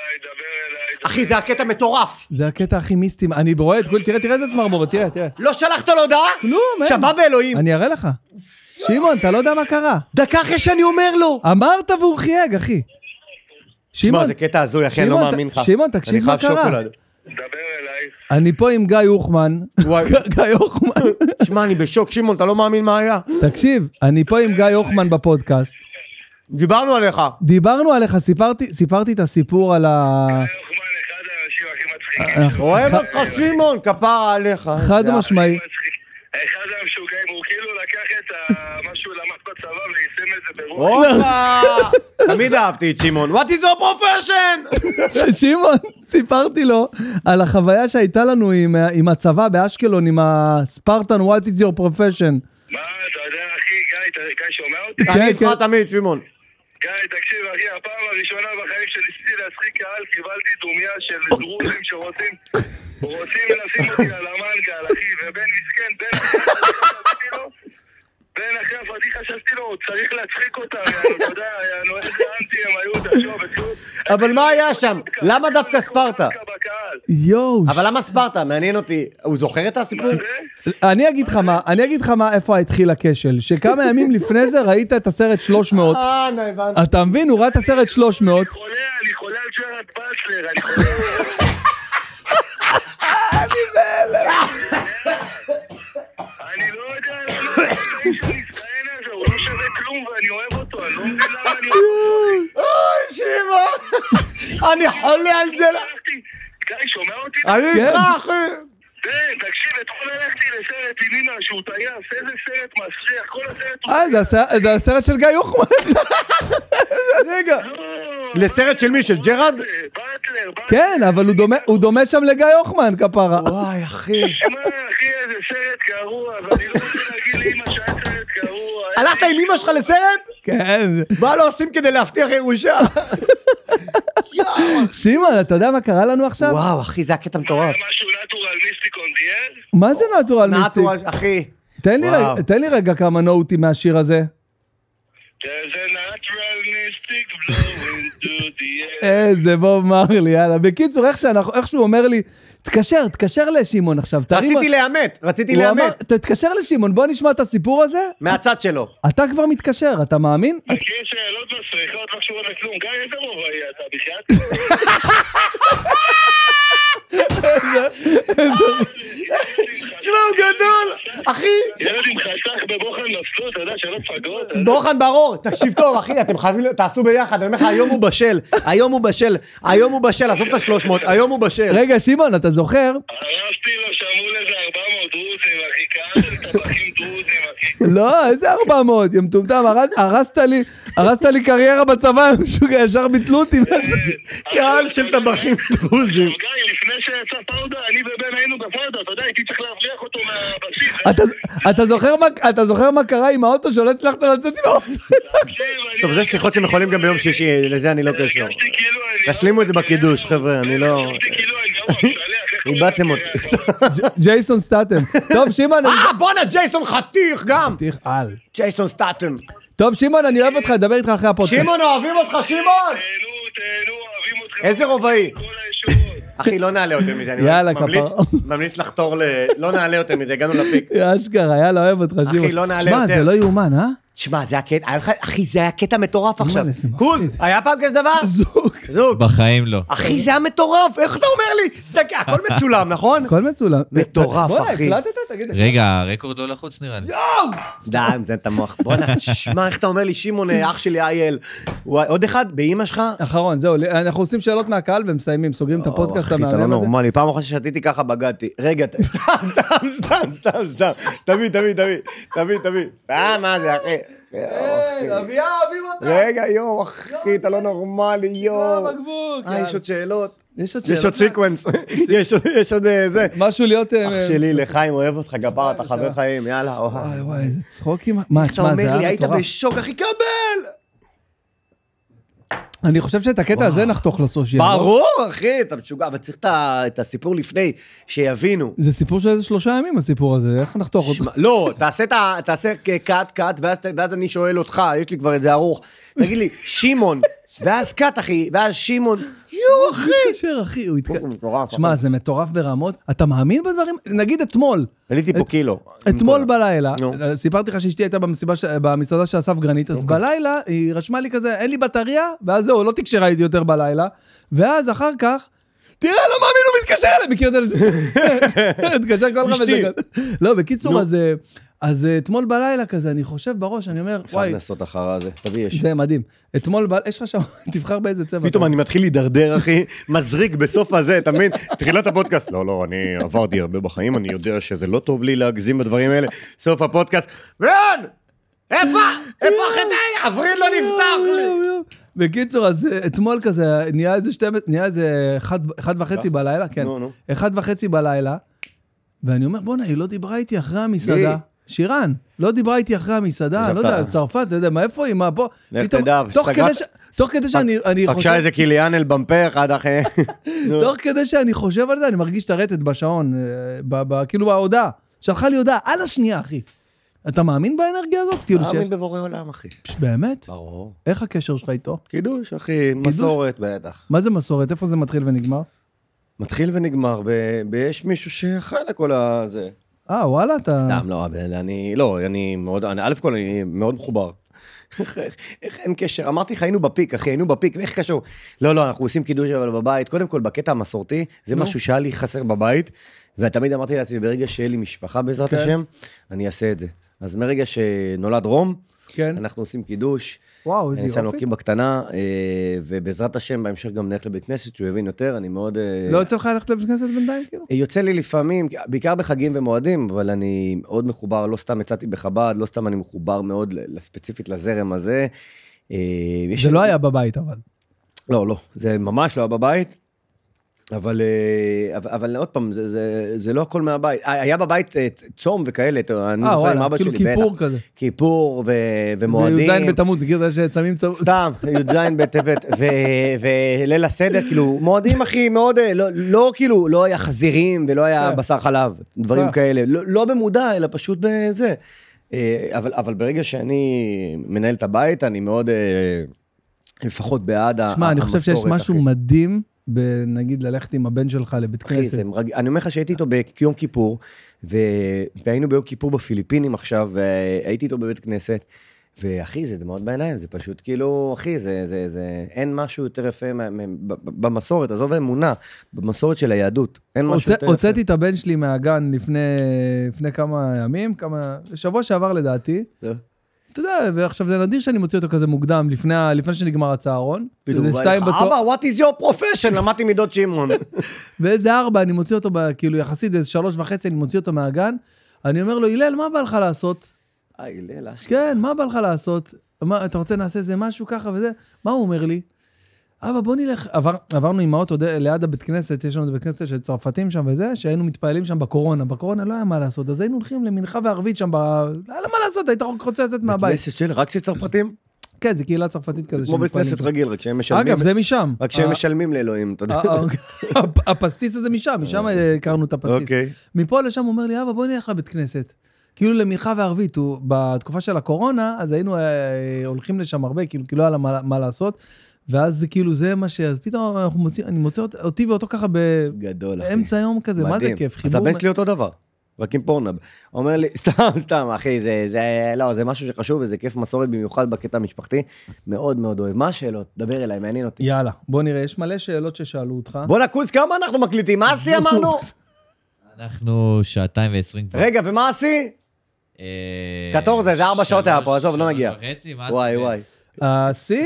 אחי, זה הקטע מטורף. זה הקטע הכי מיסטי. אני רואה את כול, תראה איזה צמרמורת, תראה. לא שלחת לו הודעה? כלום, אין. שבה באלוהים. אני אראה לך. שימון, אתה לא יודע מה קרה. דקה אחרי שאני אומר לו. אמרת והוא חייג, אחי. שמע, זה קטע הזוי, אחי, אני לא מאמין לך. שימון, תקשיב מה קרה. דבר אליי. אני פה עם גיא יוחמן. גיא יוחמן. שמע, אני בשוק, שימון, אתה לא מאמין מה היה. תקשיב, אני פה עם גיא יוחמן בפודקאסט. דיברנו עליך. סיפרתי את הסיפור על ה... יוחמן, אחד האנשים הכי מצחיקים. אוהב אותך שימון, כפרה עליך. חד משמעי. אחד המשוגעים, הוא כאילו לקח את מה שהוא למד בצבא ויישם את זה ברוח. אופה! תמיד אהבתי את שימון. What is your profession? שימון, סיפרתי לו על החוויה שהייתה לנו עם הצבא באשקלון, עם הספרטן, What is your profession? מה, אתה יודע, אחי, גיא שומע אותי? אני איתך תמיד, שימון. גיא, תקשיב, אחי, הפעם הראשונה בחיים שניסיתי להצחיק קהל, קיבלתי דומיה של דרוזים שרוצים לשים אותי על המנגל, אחי, ובן מסכן, בן אחרי הפרטי חשבתי לו, צריך להצחיק אותם, אתה יודע, איזה אנטי הם היו, תשוב, אבל מה היה שם? למה דווקא ספרטה? יואו. אבל למה ספרטה? מעניין אותי. הוא זוכר את הסיפור? אני אגיד לך מה, איפה התחיל הכשל. שכמה ימים לפני זה ראית את הסרט 300. הבנתי. אתה מבין? הוא ראה את הסרט 300. אני חולה על ג'רד בסלר, אני חולה. אני בהלם. אני לא יודע למה האיש הנצחיין הזה, הוא לא שווה כלום ואני אוהב אותו, אני לא מבין למה אני אוהב אותו. אוי, שימה. אני חולה על זה. גיא, שומע אותי? אני איתך, אחי. כן, תקשיב, אתמול הלכתי לסרט עם אמא שהוא טייס, איזה סרט מסריח, כל הסרט... זה הסרט של גיא יוחמן. רגע. לסרט של מי? של ג'רד? באטלר. כן, אבל הוא דומה שם לגיא יוחמן, כפרה. וואי, אחי. שמע, אחי, איזה סרט גרוע, ואני לא רוצה להגיד לאמא שהיה סרט גרוע. הלכת עם אמא שלך לסרט? כן. מה לא עושים כדי להבטיח ירושה? שימון, אתה יודע מה קרה לנו עכשיו? וואו, אחי, זה הקטע מטורף. משהו נטורל מיסטיק און דיאל? מה זה נטורל מיסטיק? אחי. תן לי רגע כמה נוטים מהשיר הזה. There's a natural mystic blowing to the air. איזה בוב מרלי, יאללה. בקיצור, איך שהוא אומר לי, תקשר לשימון עכשיו. רציתי לאמת. תתקשר לשימון, בוא נשמע את הסיפור הזה. מהצד שלו. אתה כבר מתקשר, אתה מאמין? אחי, שאלות מסריחות, לא קשורות לכלום. גיא, איזה רובעי אתה בחייאת? תשמע, הוא גדול. אחי. ילד עם חסך בבוחן נפלו, אתה יודע, שאלות פגות. בוחן ברור, תקשיב טוב, אחי, אתם חייבים, תעשו ביחד. אני אומר לך, היום הוא בשל, עזוב את ה-300, היום הוא בשל. רגע, שימון, אתה זוכר? הרסתי לו, שמעו לזה 400 דרוזים, אחי, קהל טבחים דרוזים, אחי. לא, איזה 400, יא מטומטם, הרסת לי קריירה בצבא, ישר ביטלו אותי. קהל של טבחים דרוזים. גיא, לפני שיצא פאודה, אני ובן היינו בפאודה, אתה יודע, הייתי צריך להבריח אותו מהבסיס. אתה זוכר מה קרה עם האוטו שלא הצלחת לצאת עם האוטו? טוב, זה שיחות שמכולים גם ביום שישי, לזה אני לא קשור. תשלימו את זה בקידוש, חבר'ה, אני לא... חשבתי כאילו אני לא משלח, איך איבדתם אותי. ג'ייסון סטאטם. טוב, שמעון. בואנה, ג'ייסון חתיך גם. חתיך על. ג'ייסון סטאטם. טוב, שמעון, אני אוהב אותך, לדבר איתך אחרי הפודקאסט. שמעון, אוהבים אותך, שמעון! תהנו, אוהבים אתכם. איזה רובעי? כל הישורות. אחי, לא נעלה יותר מזה. יאללה, ממליץ לחתור לא נעלה יותר מזה, הגענו לפיק. אשכרה, יאללה, אוהב אותך, שמעון. אחי, לא נעלה יותר. שמע, זה לא יאומן, אה? תשמע, זה הקטע, אחי, זה היה קטע מטורף עכשיו. קוז, היה פעם כזה דבר? זוג. בחיים לא. אחי, זה היה מטורף, איך אתה אומר לי? סתכל, הכל מצולם, נכון? הכל מצולם. מטורף, אחי. בוא'נה, הקלטת? תגיד. רגע, הרקורד לא לחוץ נראה לי. די, מזיין את המוח. בוא'נה, תשמע, איך אתה אומר לי, שמעון, אח שלי, אייל. עוד אחד, באמא שלך? אחרון, זהו, אנחנו עושים שאלות מהקהל ומסיימים, סוגרים את הפודקאסט אחי, אתה לא המעניין הזה. נורמלי, פעם אחת ששתיתי ככה בגדתי. רגע, סתם. תביא. מה זה, אחי? אביה, אוהבים אותך. רגע, יו, אחי, אתה לא נורמלי, יו. בקבוק. יש עוד שאלות. יש יש עוד סיקוונס. יש עוד זה. משהו להיות... אח שלי, לחיים, אוהב אותך, גבר, אתה חבר חיים, יאללה. וואי, איזה צחוקים. מה, אתה תשמע, אומר זה לי, היה היית מטורף. בשוק, אחי, קבל! אני חושב שאת הקטע הזה נחתוך לסושיאל. ברור, אחי, אתה משוגע, אבל צריך את הסיפור לפני, שיבינו. זה סיפור של איזה 3 ימים, הסיפור הזה, איך נחתוך אותו? לא, תעשה קאט, ואז אני שואל אותך, יש לי כבר איזה ארוך, תגיד לי, שמעון, ואז קאט, אחי, ואז שמעון, יו, אחי. מתקשר, אחי, הוא התקשר. מטורף. שמע, זה מטורף ברמות. אתה מאמין בדברים? נגיד אתמול. עליתי פה קילו. אתמול בלילה, נו. סיפרתי לך שאשתי הייתה במסעדה של אסף גרנית, אז בלילה היא רשמה לי כזה, אין לי בטריה, ואז זהו, לא תקשרה איתי יותר בלילה, ואז אחר כך, תראה, לא מאמין, הוא מתקשר אליי, מכיר את זה? התקשר כל 5 דקות. לא, בקיצור, אז אתמול בלילה כזה, אני חושב בראש, אני אומר, אפשר לנסות אחר הזה, תביא יש. זה מדהים. אתמול, יש לך שם, תבחר באיזה צבע. פתאום אני מתחיל להידרדר, אחי, מזריק בסוף הזה, אתה מבין? תחילת הפודקאסט, לא, אני עברתי הרבה בחיים, אני יודע שזה לא טוב לי להגזים בדברים האלה. סוף הפודקאסט, רון! איפה החטאי? הווריד לא נפתח לי. בקיצור, אז אתמול כזה, נהיה איזה 1:30 בלילה, כן. 1:30 בלילה, ואני אומר, בוא'נה, היא לא דיברה איתי אחרי המסעדה. שירן, לא דיברה איתי אחרי המסעדה, אני לא יודע, צרפת, אתה יודע, מה איפה היא, מה פה? לך תדע, תוך כדי שאני חושב... פגשה איזה קיליאן אל במפר, אחד אחרי. תוך כדי שאני חושב על זה, אני מרגיש את הרטט בשעון, כאילו בהודעה. שלחה לי הודעה, על השנייה, אחי. אתה מאמין באנרגיה הזאת? מאמין בבורא עולם, אחי. באמת? ברור. איך הקשר שלך איתו? קידוש, אחי, מסורת, בטח. מה זה מסורת? איפה זה מתחיל ונגמר? מתחיל ונגמר, ויש מישהו שאחראי לכל הזה. וואלה, אתה... סתם, אני מאוד, א' כל, אני מאוד מחובר. איך אין קשר? אמרתי לך, היינו בפיק, אחי, היינו בפיק, ואיך קשור? לא, אנחנו עושים קידוש אבל בבית, קודם כל, בקטע המסורתי, זה משהו שהיה לי חסר בבית, ותמיד אמרתי לעצמי, ברגע שיהיה לי משפחה בעזרת השם, אני אעשה את זה. אז מרגע שנולד רום, אנחנו עושים קידוש, וואו, איזה יופי. נקים בקטנה, ובעזרת השם, בהמשך גם נלך לבית כנסת, שהוא יבין יותר, אני מאוד... לא יוצא לך ללכת לבית כנסת בינתיים, כאילו? יוצא לי לפעמים, בעיקר בחגים ומועדים, אבל אני מאוד מחובר, לא סתם יצאתי בחב"ד, לא סתם אני מחובר מאוד ספציפית לזרם הזה. זה לא היה בבית, אבל. לא, זה ממש לא היה בבית, אבל עוד פעם, זה לא הכל מהבית. היה בבית צום וכאלה, אני זוכר עם אבא שלי, כאילו כיפור כזה. כיפור ומועדים. י"ז בתמוז, זה כאילו שצמים צום. סתם, י"ז בטבת, וליל הסדר, כאילו, מועדים אחי, מאוד, לא כאילו, לא היה חזירים ולא היה בשר חלב, דברים כאלה. לא במודע, אלא פשוט בזה. אבל ברגע שאני מנהל את הבית, אני מאוד, לפחות בעד המסורת. שמע, אני חושב שיש משהו מדהים, נגיד ללכת עם הבן שלך לבית כנסת. אני אומר לך שהייתי איתו ביום כיפור, והיינו ביום כיפור בפיליפינים עכשיו, והייתי איתו בבית כנסת, ואחי, זה דמעות בעיניים, זה פשוט כאילו, אחי, אין משהו יותר יפה במסורת, עזוב אמונה, במסורת של היהדות, אין משהו יותר יפה. הוצאתי את הבן שלי מהגן לפני כמה ימים, שבוע שעבר לדעתי, אתה יודע, ועכשיו זה נדיר שאני מוציא אותו כזה מוקדם, לפני שנגמר הצהרון. אבא, what is your profession? למדתי מידות שמעון. ואיזה 4, אני מוציא אותו, כאילו יחסית, איזה 3:30, אני מוציא אותו מהגן, אני אומר לו, הלל, מה בא לך לעשות? הלל, כן, מה בא לך לעשות? אתה רוצה נעשה איזה משהו ככה וזה? מה הוא אומר לי? אבא, בוא נלך, עברנו עם האוטו ליד הבית כנסת, יש לנו בית כנסת של צרפתים שם וזה, שהיינו מתפעלים שם בקורונה לא היה מה לעשות, אז היינו הולכים למנחה וערבית שם, לא היה מה לעשות, היית רוצה לצאת מהבית. בית כנסת של רק צרפתים? כן, זה קהילה צרפתית כזה. כמו בית כנסת רגיל, רק שהם משלמים. אגב, זה משם. רק שהם משלמים לאלוהים, אתה יודע. הפסטיס הזה משם הכרנו את הפסטיס. מפה לשם הוא אומר לי, אבא, בוא נלך לבית כנסת. כאילו למנחה וערבית, בתקופה של הקורונה, אז היינו הולכים לשם הרבה, כאילו לא היה מה לעשות, ואז זה כאילו זה מה אז פתאום אני מוצא אותי ואותו ככה באמצע היום כזה, מה זה כיף? אז הבן שלי אותו דבר, רק עם פורנב. אומר לי, סתם, אחי, זה משהו שחשוב, וזה כיף מסורת במיוחד בקטע המשפחתי, מאוד מאוד אוהב. מה השאלות? דבר אליי, מעניין אותי. יאללה, בוא נראה, יש מלא שאלות ששאלו אותך. בוא נקוס, כמה אנחנו מקליטים? מה עשי אמרנו? אנחנו 2:20 כבר. רגע, ומה עשי? קטור זה 4 שעות היה פה, עזוב, לא נגיע. וואי. עשי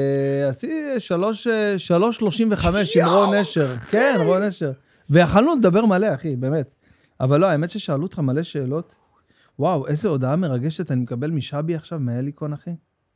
3:35 עם רון נשר. כן, רון נשר. ויכלנו לדבר מלא, אחי, באמת. אבל לא, האמת ששאלו אותך מלא שאלות. וואו, איזה הודעה מרגשת אני מקבל משבי עכשיו, מהליקון, אחי.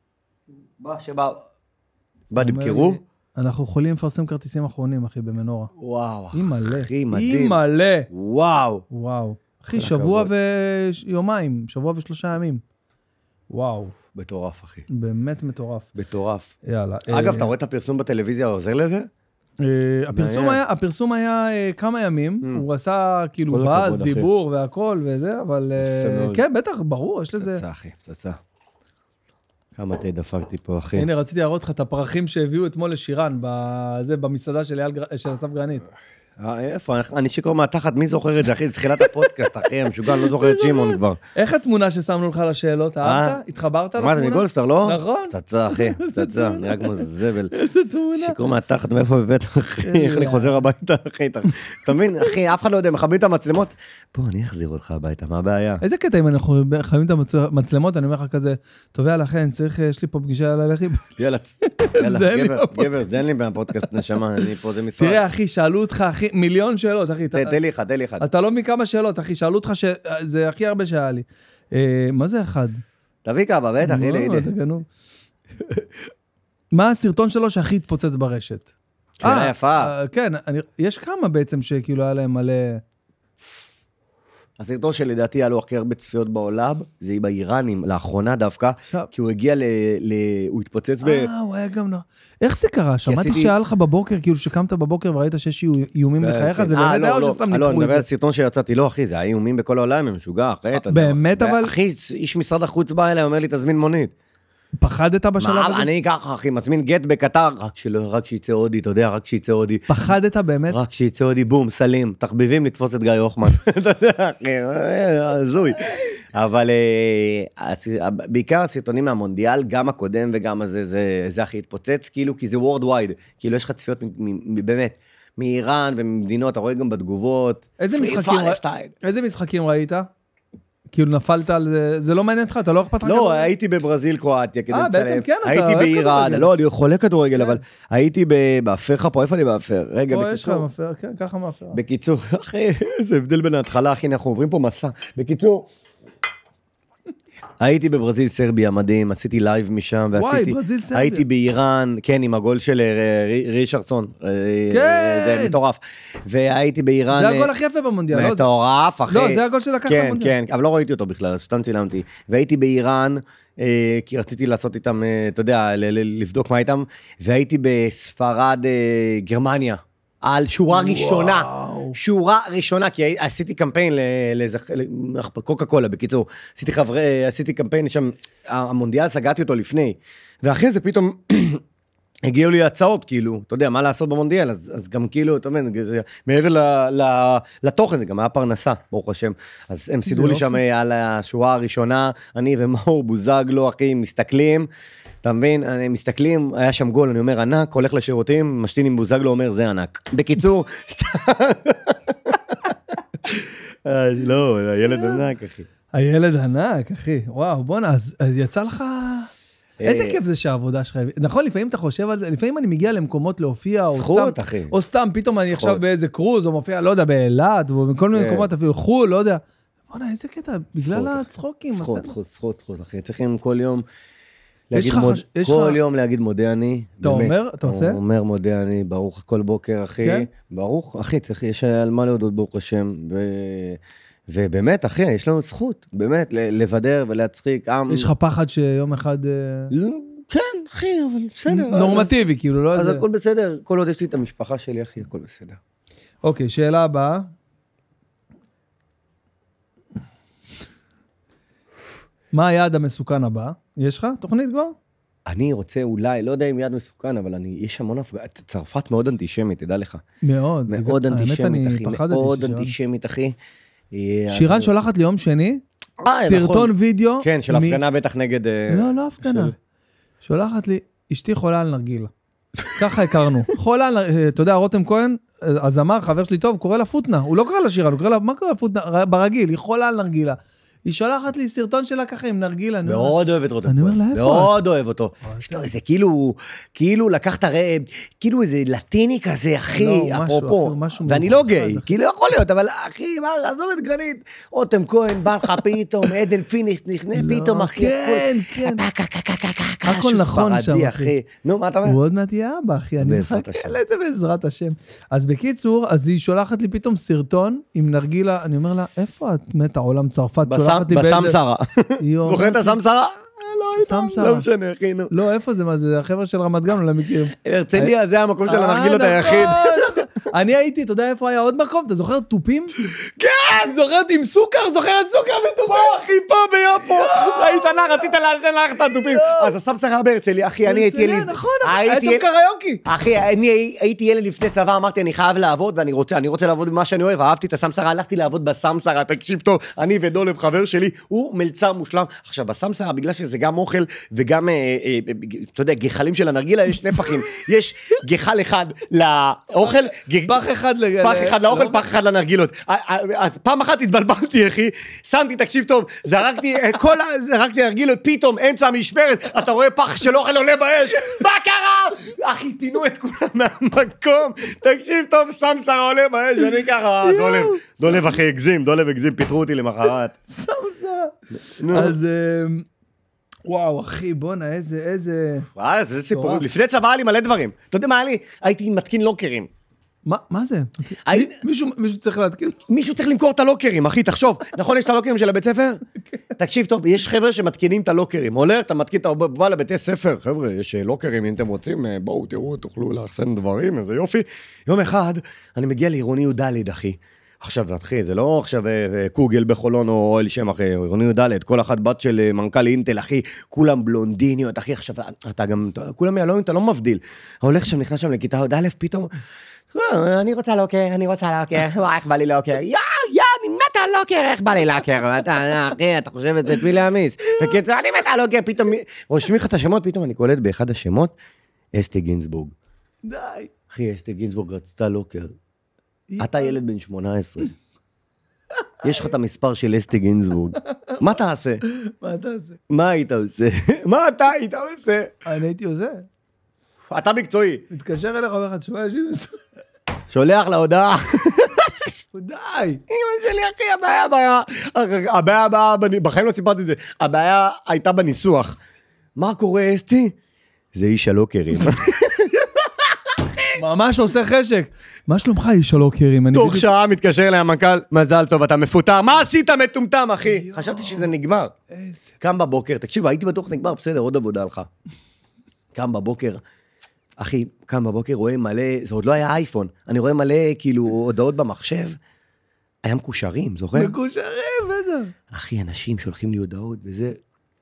בא, נמכרו? אנחנו יכולים לפרסם כרטיסים אחרונים, אחי, במנורה. וואו, אחי, מדהים. מלא. וואו. אחי, שבוע ויומיים, שבוע ו3 ימים. וואו. מטורף, אחי. באמת מטורף. יאללה. אגב, אתה רואה את הפרסום בטלוויזיה, עוזר לזה? הפרסום היה כמה ימים, הוא עשה כאילו באז, דיבור והכל וזה, אבל כן, בטח, ברור, יש לזה. פצצה, אחי, פצצה. כמה תה דפקתי פה, אחי. הנה, רציתי להראות לך את הפרחים שהביאו אתמול לשירן, במסעדה של אסף גרנית. איפה? אני שיקור מהתחת, מי זוכר את זה, אחי? זה תחילת הפודקאסט, אחי, המשוגע, לא זוכר את שימון כבר. איך התמונה ששמנו לך לשאלות? אהבת? התחברת לתמונה? מה, זה מגולדסטאר, לא? נכון. פצצה, אחי, פצצה, נראה כמו זבל. איזה תמונה. שיקור מהתחת, מאיפה בבית, אחי, איך אני חוזר הביתה, אחי, אתה מבין, אחי, אף אחד לא יודע, מכבים את המצלמות, בוא, אני אחזיר אותך הביתה, מה הבעיה? איזה קטע אם אנחנו מכבים את המצלמות, אני אומר לך כזה, טוב, יאללה, לכן, יש לי פה פגישה ללכי. יאללה, גבר, תן לי בפודקאסט נשמה, אני פה, זה משרד. תראה, אחי, שאלו אותך, אחי, מיליון שאלות, אחי. תן לי אחד. אתה לא מכמה שאלות, אחי, שאלו אותך שזה הכי הרבה שהיה לי. מה זה אחד? תביא כמה, בטח, הנה. מה הסרטון שלו שהכי התפוצץ ברשת? שאלה יפה. כן, יש כמה בעצם שכאילו היה להם מלא... הסרטון שלדעתי היה לו הכי הרבה צפיות בעולם, זה עם האיראנים, לאחרונה דווקא, כי הוא הגיע הוא התפוצץ הוא היה גם איך זה קרה? שמעתי שהיה לך בבוקר, כאילו שקמת בבוקר וראית שיש איומים לחייך, זה באמת היה או שסתם לא, אני מדבר על סרטון שיצאתי, לא אחי, זה היה איומים בכל העולם, הם משוגע, אחי. באמת אבל... אחי, איש משרד החוץ בא אליי, אומר לי, תזמין מונית. פחדת בשלב הזה? אני ככה, אחי, מזמין גט בקטר, רק שיצא הודי, אתה יודע, רק שיצא הודי. פחדת באמת? רק שיצא הודי, בום, סלים, תחביבים לתפוס את גיא אוחמן. אתה יודע, אחי, זוי. אבל בעיקר הסרטונים מהמונדיאל, גם הקודם וגם הזה, זה הכי התפוצץ, כאילו, כי זה worldwide, כאילו יש לך צפיות באמת, מאיראן וממדינות, אתה רואה גם בתגובות. איזה משחקים ראית? כאילו נפלת על זה, זה לא מעניין אותך, אתה לא אכפת לך? לא, הייתי בברזיל, קרואטיה, כדי לצלם. בעצם כן, אתה הייתי באיראן, לא, אני חולה כדורגל, אבל הייתי באפר פה, איפה אני באפר? רגע, בקיצור. יש לך מאפר, כן, ככה מאפר. בקיצור, אחי, איזה הבדל בין ההתחלה, אחי, אנחנו עוברים פה מסע. בקיצור, הייתי בברזיל, סרביה, מדהים, עשיתי לייב משם, הייתי באיראן, כן, עם הגול של רישרסון, זה מטורף, והייתי באיראן, זה הגול הכי יפה במונדיאל, מטורף, אחי, לא, זה הגול של לקח במונדיאל, כן, אבל לא ראיתי אותו בכלל, סתם צילמתי, והייתי באיראן, כי רציתי לעשות איתם, אתה יודע, לבדוק מה איתם, והייתי בספרד, גרמניה, על שורה ראשונה, כי עשיתי קמפיין לקוקה קולה, בקיצור, עשיתי קמפיין שם, המונדיאל סגרתי אותו לפני, ואחרי זה פתאום הגיעו לי הצעות, כאילו, אתה יודע, מה לעשות במונדיאל, אז גם כאילו, אתה מבין, מעבר לתוכן, זה גם היה פרנסה, ברוך השם, אז הם סידרו לי שם על השורה הראשונה, אני ומאור בוזגלו, אחי, מסתכלים, אתה מבין, מסתכלים, היה שם גול, אני אומר ענק, הולך לשירותים, משתין עם בוזגלו, אומר זה ענק. בקיצור, לא, הילד ענק, אחי. הילד ענק, אחי. וואו, בוא אז יצא לך... איזה כיף זה שהעבודה שלך... נכון, לפעמים אתה חושב על זה, לפעמים אני מגיע למקומות להופיע, או סתם, פתאום אני עכשיו באיזה קרוז, או מופיע, לא יודע, באילת, או בכל מיני מקומות, אפילו חול, לא יודע. בוא'נה, איזה קטע, בגלל הצחוקים. זכות, אחי. צריכים כל יום... כל יום להגיד מודה אני. אתה אומר? אתה עושה? אומר מודה אני, ברוך כל בוקר, אחי. ברוך, אחי, יש על מה להודות ברוך השם. ובאמת, אחי, יש לנו זכות, באמת, לבדר ולהצחיק. יש לך פחד שיום אחד... כן, אחי, אבל בסדר. נורמטיבי, כאילו, לא אז איזה... הכל בסדר, כל עוד יש לי את המשפחה שלי, אחי, הכל בסדר. אוקיי, שאלה הבאה. מה היעד המסוכן הבא? יש לך תוכנית כבר? אני רוצה אולי, לא יודע אם יד מסוכן, אבל יש המון צרפת מאוד אנטישמית, תדע לך. מאוד. מאוד אנטישמית, אחי. מאוד אנטישמית, אנטישמית, אחי. שירן שולחת לי יום שני, סרטון וידאו. כן, של הפגנה בטח נגד... לא הפגנה. שולחת לי, אשתי חולה על נרגילה. ככה הכרנו. חולה על, אתה יודע, רותם כהן, הזמר, חבר שלי טוב, קורא לה פוטנה. הוא לא קורא לה שירן, הוא קורא לה, מה קורא לה פוטנה? ברגיל, היא חולה על נרגילה. היא שולחת לי סרטון שלה ככה עם נרגילה. מאוד אוהבת רותם. אני אומר לה, איפה? מאוד אוהב אותו. זה כאילו לקחת כאילו איזה לטיני כזה, אחי, אפרופו. ואני לא גיי, כאילו יכול להיות, אבל אחי, עזוב את גרנית. רותם כהן, בא לך פתאום, עדן פיניש, נכנס פתאום, אחי. כן, כן. הכל נכון שם, אחי. נו, מה אתה אומר? הוא עוד מעט יהיה אבא, אחי. אני מחכה לזה בעזרת השם. אז בקיצור, אז היא שולחת לי פתאום סרטון עם נרגילה, אני אומר לה, איפה את מתה עולם צרפת? בסמסרה. זוכר את הסמסרה? לא משנה, אחי, נו. לא, איפה זה? מה זה? החבר'ה של רמת גן, לא מכירים. הרצליה, זה המקום של הנרגילות היחיד. אני הייתי, אתה יודע איפה היה עוד מקום? אתה זוכר טופים? כן! זוכרת עם סוכר, זוכרת סוכר בטופים. אחי, פה ביופו. היית רצית לעשן לך את הטופים. אז הסמסרה בהרצליה, אחי, אני הייתי ילד. נכון, היה שם קריוקי. אחי, אני הייתי ילד לפני צבא, אמרתי, אני חייב לעבוד, ואני רוצה לעבוד במה שאני אוהב. אהבתי את הסמסרה, הלכתי לעבוד בסמסרה, תקשיב טוב, אני ודולב, חבר שלי, הוא מלצר מושלם. עכשיו, בסמסרה, בגלל שזה גם אוכל וגם, אתה יודע, גחלים של הנרגילה, יש שני פחים. יש גחל אחד לאוכל, פח אחד לאוכל, פח אחד לנרגילות. אז פעם אחת התבלבלתי, אחי, שמתי, תקשיב טוב, זרקתי נרגילות, פתאום, אמצע המשמרת, אתה רואה פח של אוכל עולה באש, מה קרה? אחי, פינו את כולם מהמקום, תקשיב טוב, סמסרה עולה באש, אני ככה, דולב אחי, הגזים, פיתרו אותי למחרת. סמסרה. אז... וואו, אחי, בונה, איזה... וואו, זה סיפורים. לפני צבא היה לי מלא דברים. אתה יודע מה היה לי? הייתי מתקין לוקרים. מה זה? מישהו צריך להתקין? מישהו צריך למכור את הלוקרים, אחי, תחשוב. נכון, יש את הלוקרים של הבית ספר? תקשיב טוב, יש חבר'ה שמתקינים את הלוקרים. עולה, אתה מתקין, אתה בא לבתי ספר. חבר'ה, יש לוקרים, אם אתם רוצים, בואו, תראו, תוכלו לאחסן דברים, איזה יופי. יום אחד, אני מגיע לעירוני י"ד, אחי. עכשיו, אחי, זה לא עכשיו קוגל בחולון או אל שם, אחי, עירוני י"ד, כל אחת בת של מנכ"ל אינטל, אחי, כולם בלונדיניות, אחי, עכשיו, אתה גם, כולם יעלום, אתה לא מבדיל. הולך שם, נכנס שם לכיתה י"א, פתאום, אני רוצה לוקר, וואי, איך בא לי לוקר, אני מתה לוקר, איך בא לי לוקר, אחי, אתה חושב את מי להמיס, בקיצור, אני מתה לוקר, פתאום, רושמים לך את השמות, פתאום אני קולט באחד השמות, אסתי גינזבורג. די. אחי, אסתי גינזבורג רצתה לוקר. אתה ילד בן 18. יש לך את המספר של אסתי גינזבורג. מה תעשה? מה היית עושה? מה אתה היית עושה? אני הייתי עושה. אתה מקצועי. מתקשר אליך ואחד, תשמע, שולח להודעה. די. אמא שלי, אחי, הבעיה, בחיים לא סיפרתי את זה, הבעיה הייתה בניסוח. מה קורה, אסתי? זה איש הלוקרים. ממש עושה חשק. מה שלומך, איש הלוקרים? תוך שעה מתקשר אליי המנכ"ל, מזל טוב, אתה מפוטר. מה עשית מטומטם, אחי? חשבתי שזה נגמר. קם בבוקר, תקשיב, הייתי בטוח נגמר, בסדר, עוד עבודה לך. קם בבוקר, אחי, קם בבוקר, רואה מלא, זה עוד לא היה אייפון, אני רואה מלא, כאילו, הודעות במחשב, היה מקושרים, זוכר? מקושרים, בטח. אחי, אנשים שולחים לי הודעות, וזה...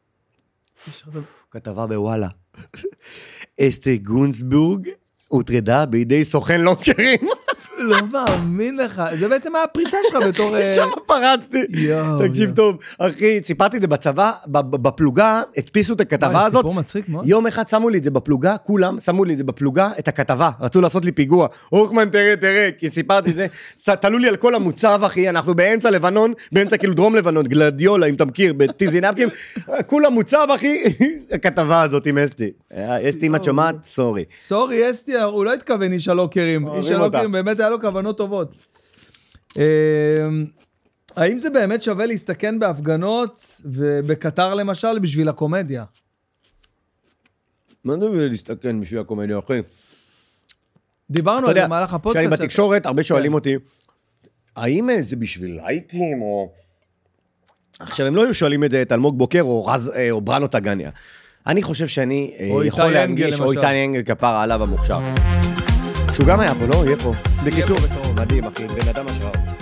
כתבה בוואלה. אסתי גינזבורג הוטרדה בידי סוכן לוקרים. לא מאמין לך, זה בעצם הפריצה שלך בתור... שם פרצתי. תקשיב טוב, אחי, ציפרתי את זה בצבא, בפלוגה, הדפיסו את הכתבה הזאת. סיפור מצחיק מאוד. יום אחד שמו לי את זה בפלוגה, כולם שמו לי את זה בפלוגה, את הכתבה, רצו לעשות לי פיגוע. אוכמן, תראה, כי סיפרתי את זה, תלו לי על כל המוצב, אחי, אנחנו באמצע לבנון, באמצע כאילו דרום לבנון, גלדיולה, אם אתה מכיר, בטיזינפקים, כולם מוצב, אחי, הכתבה הזאת עם אסתי. אסתי, אם את שומעת, סורי. סורי, אסתי, הוא לא התכוון איש הלוקרים. איש הלוקרים באמת היה לו כוונות טובות. האם זה באמת שווה להסתכן בהפגנות ובקטר למשל בשביל הקומדיה? מה זה להסתכן בשביל הקומדיה, אחי? דיברנו על זה במהלך הפודקאסט. כשאני בתקשורת, הרבה שואלים אותי, האם זה בשביל לייקים או... עכשיו, הם לא היו שואלים את זה את אלמוג בוקר או בראנו טגניה. אני חושב שאני או יכול איתי להנגיש, אנגל, או למשל. איתי אנגל כפרה עליו המוכשר. שהוא גם היה פה, לא? יהיה פה. בקיצור, פה בקרוב. מדהים, אחי, בן אדם השראה.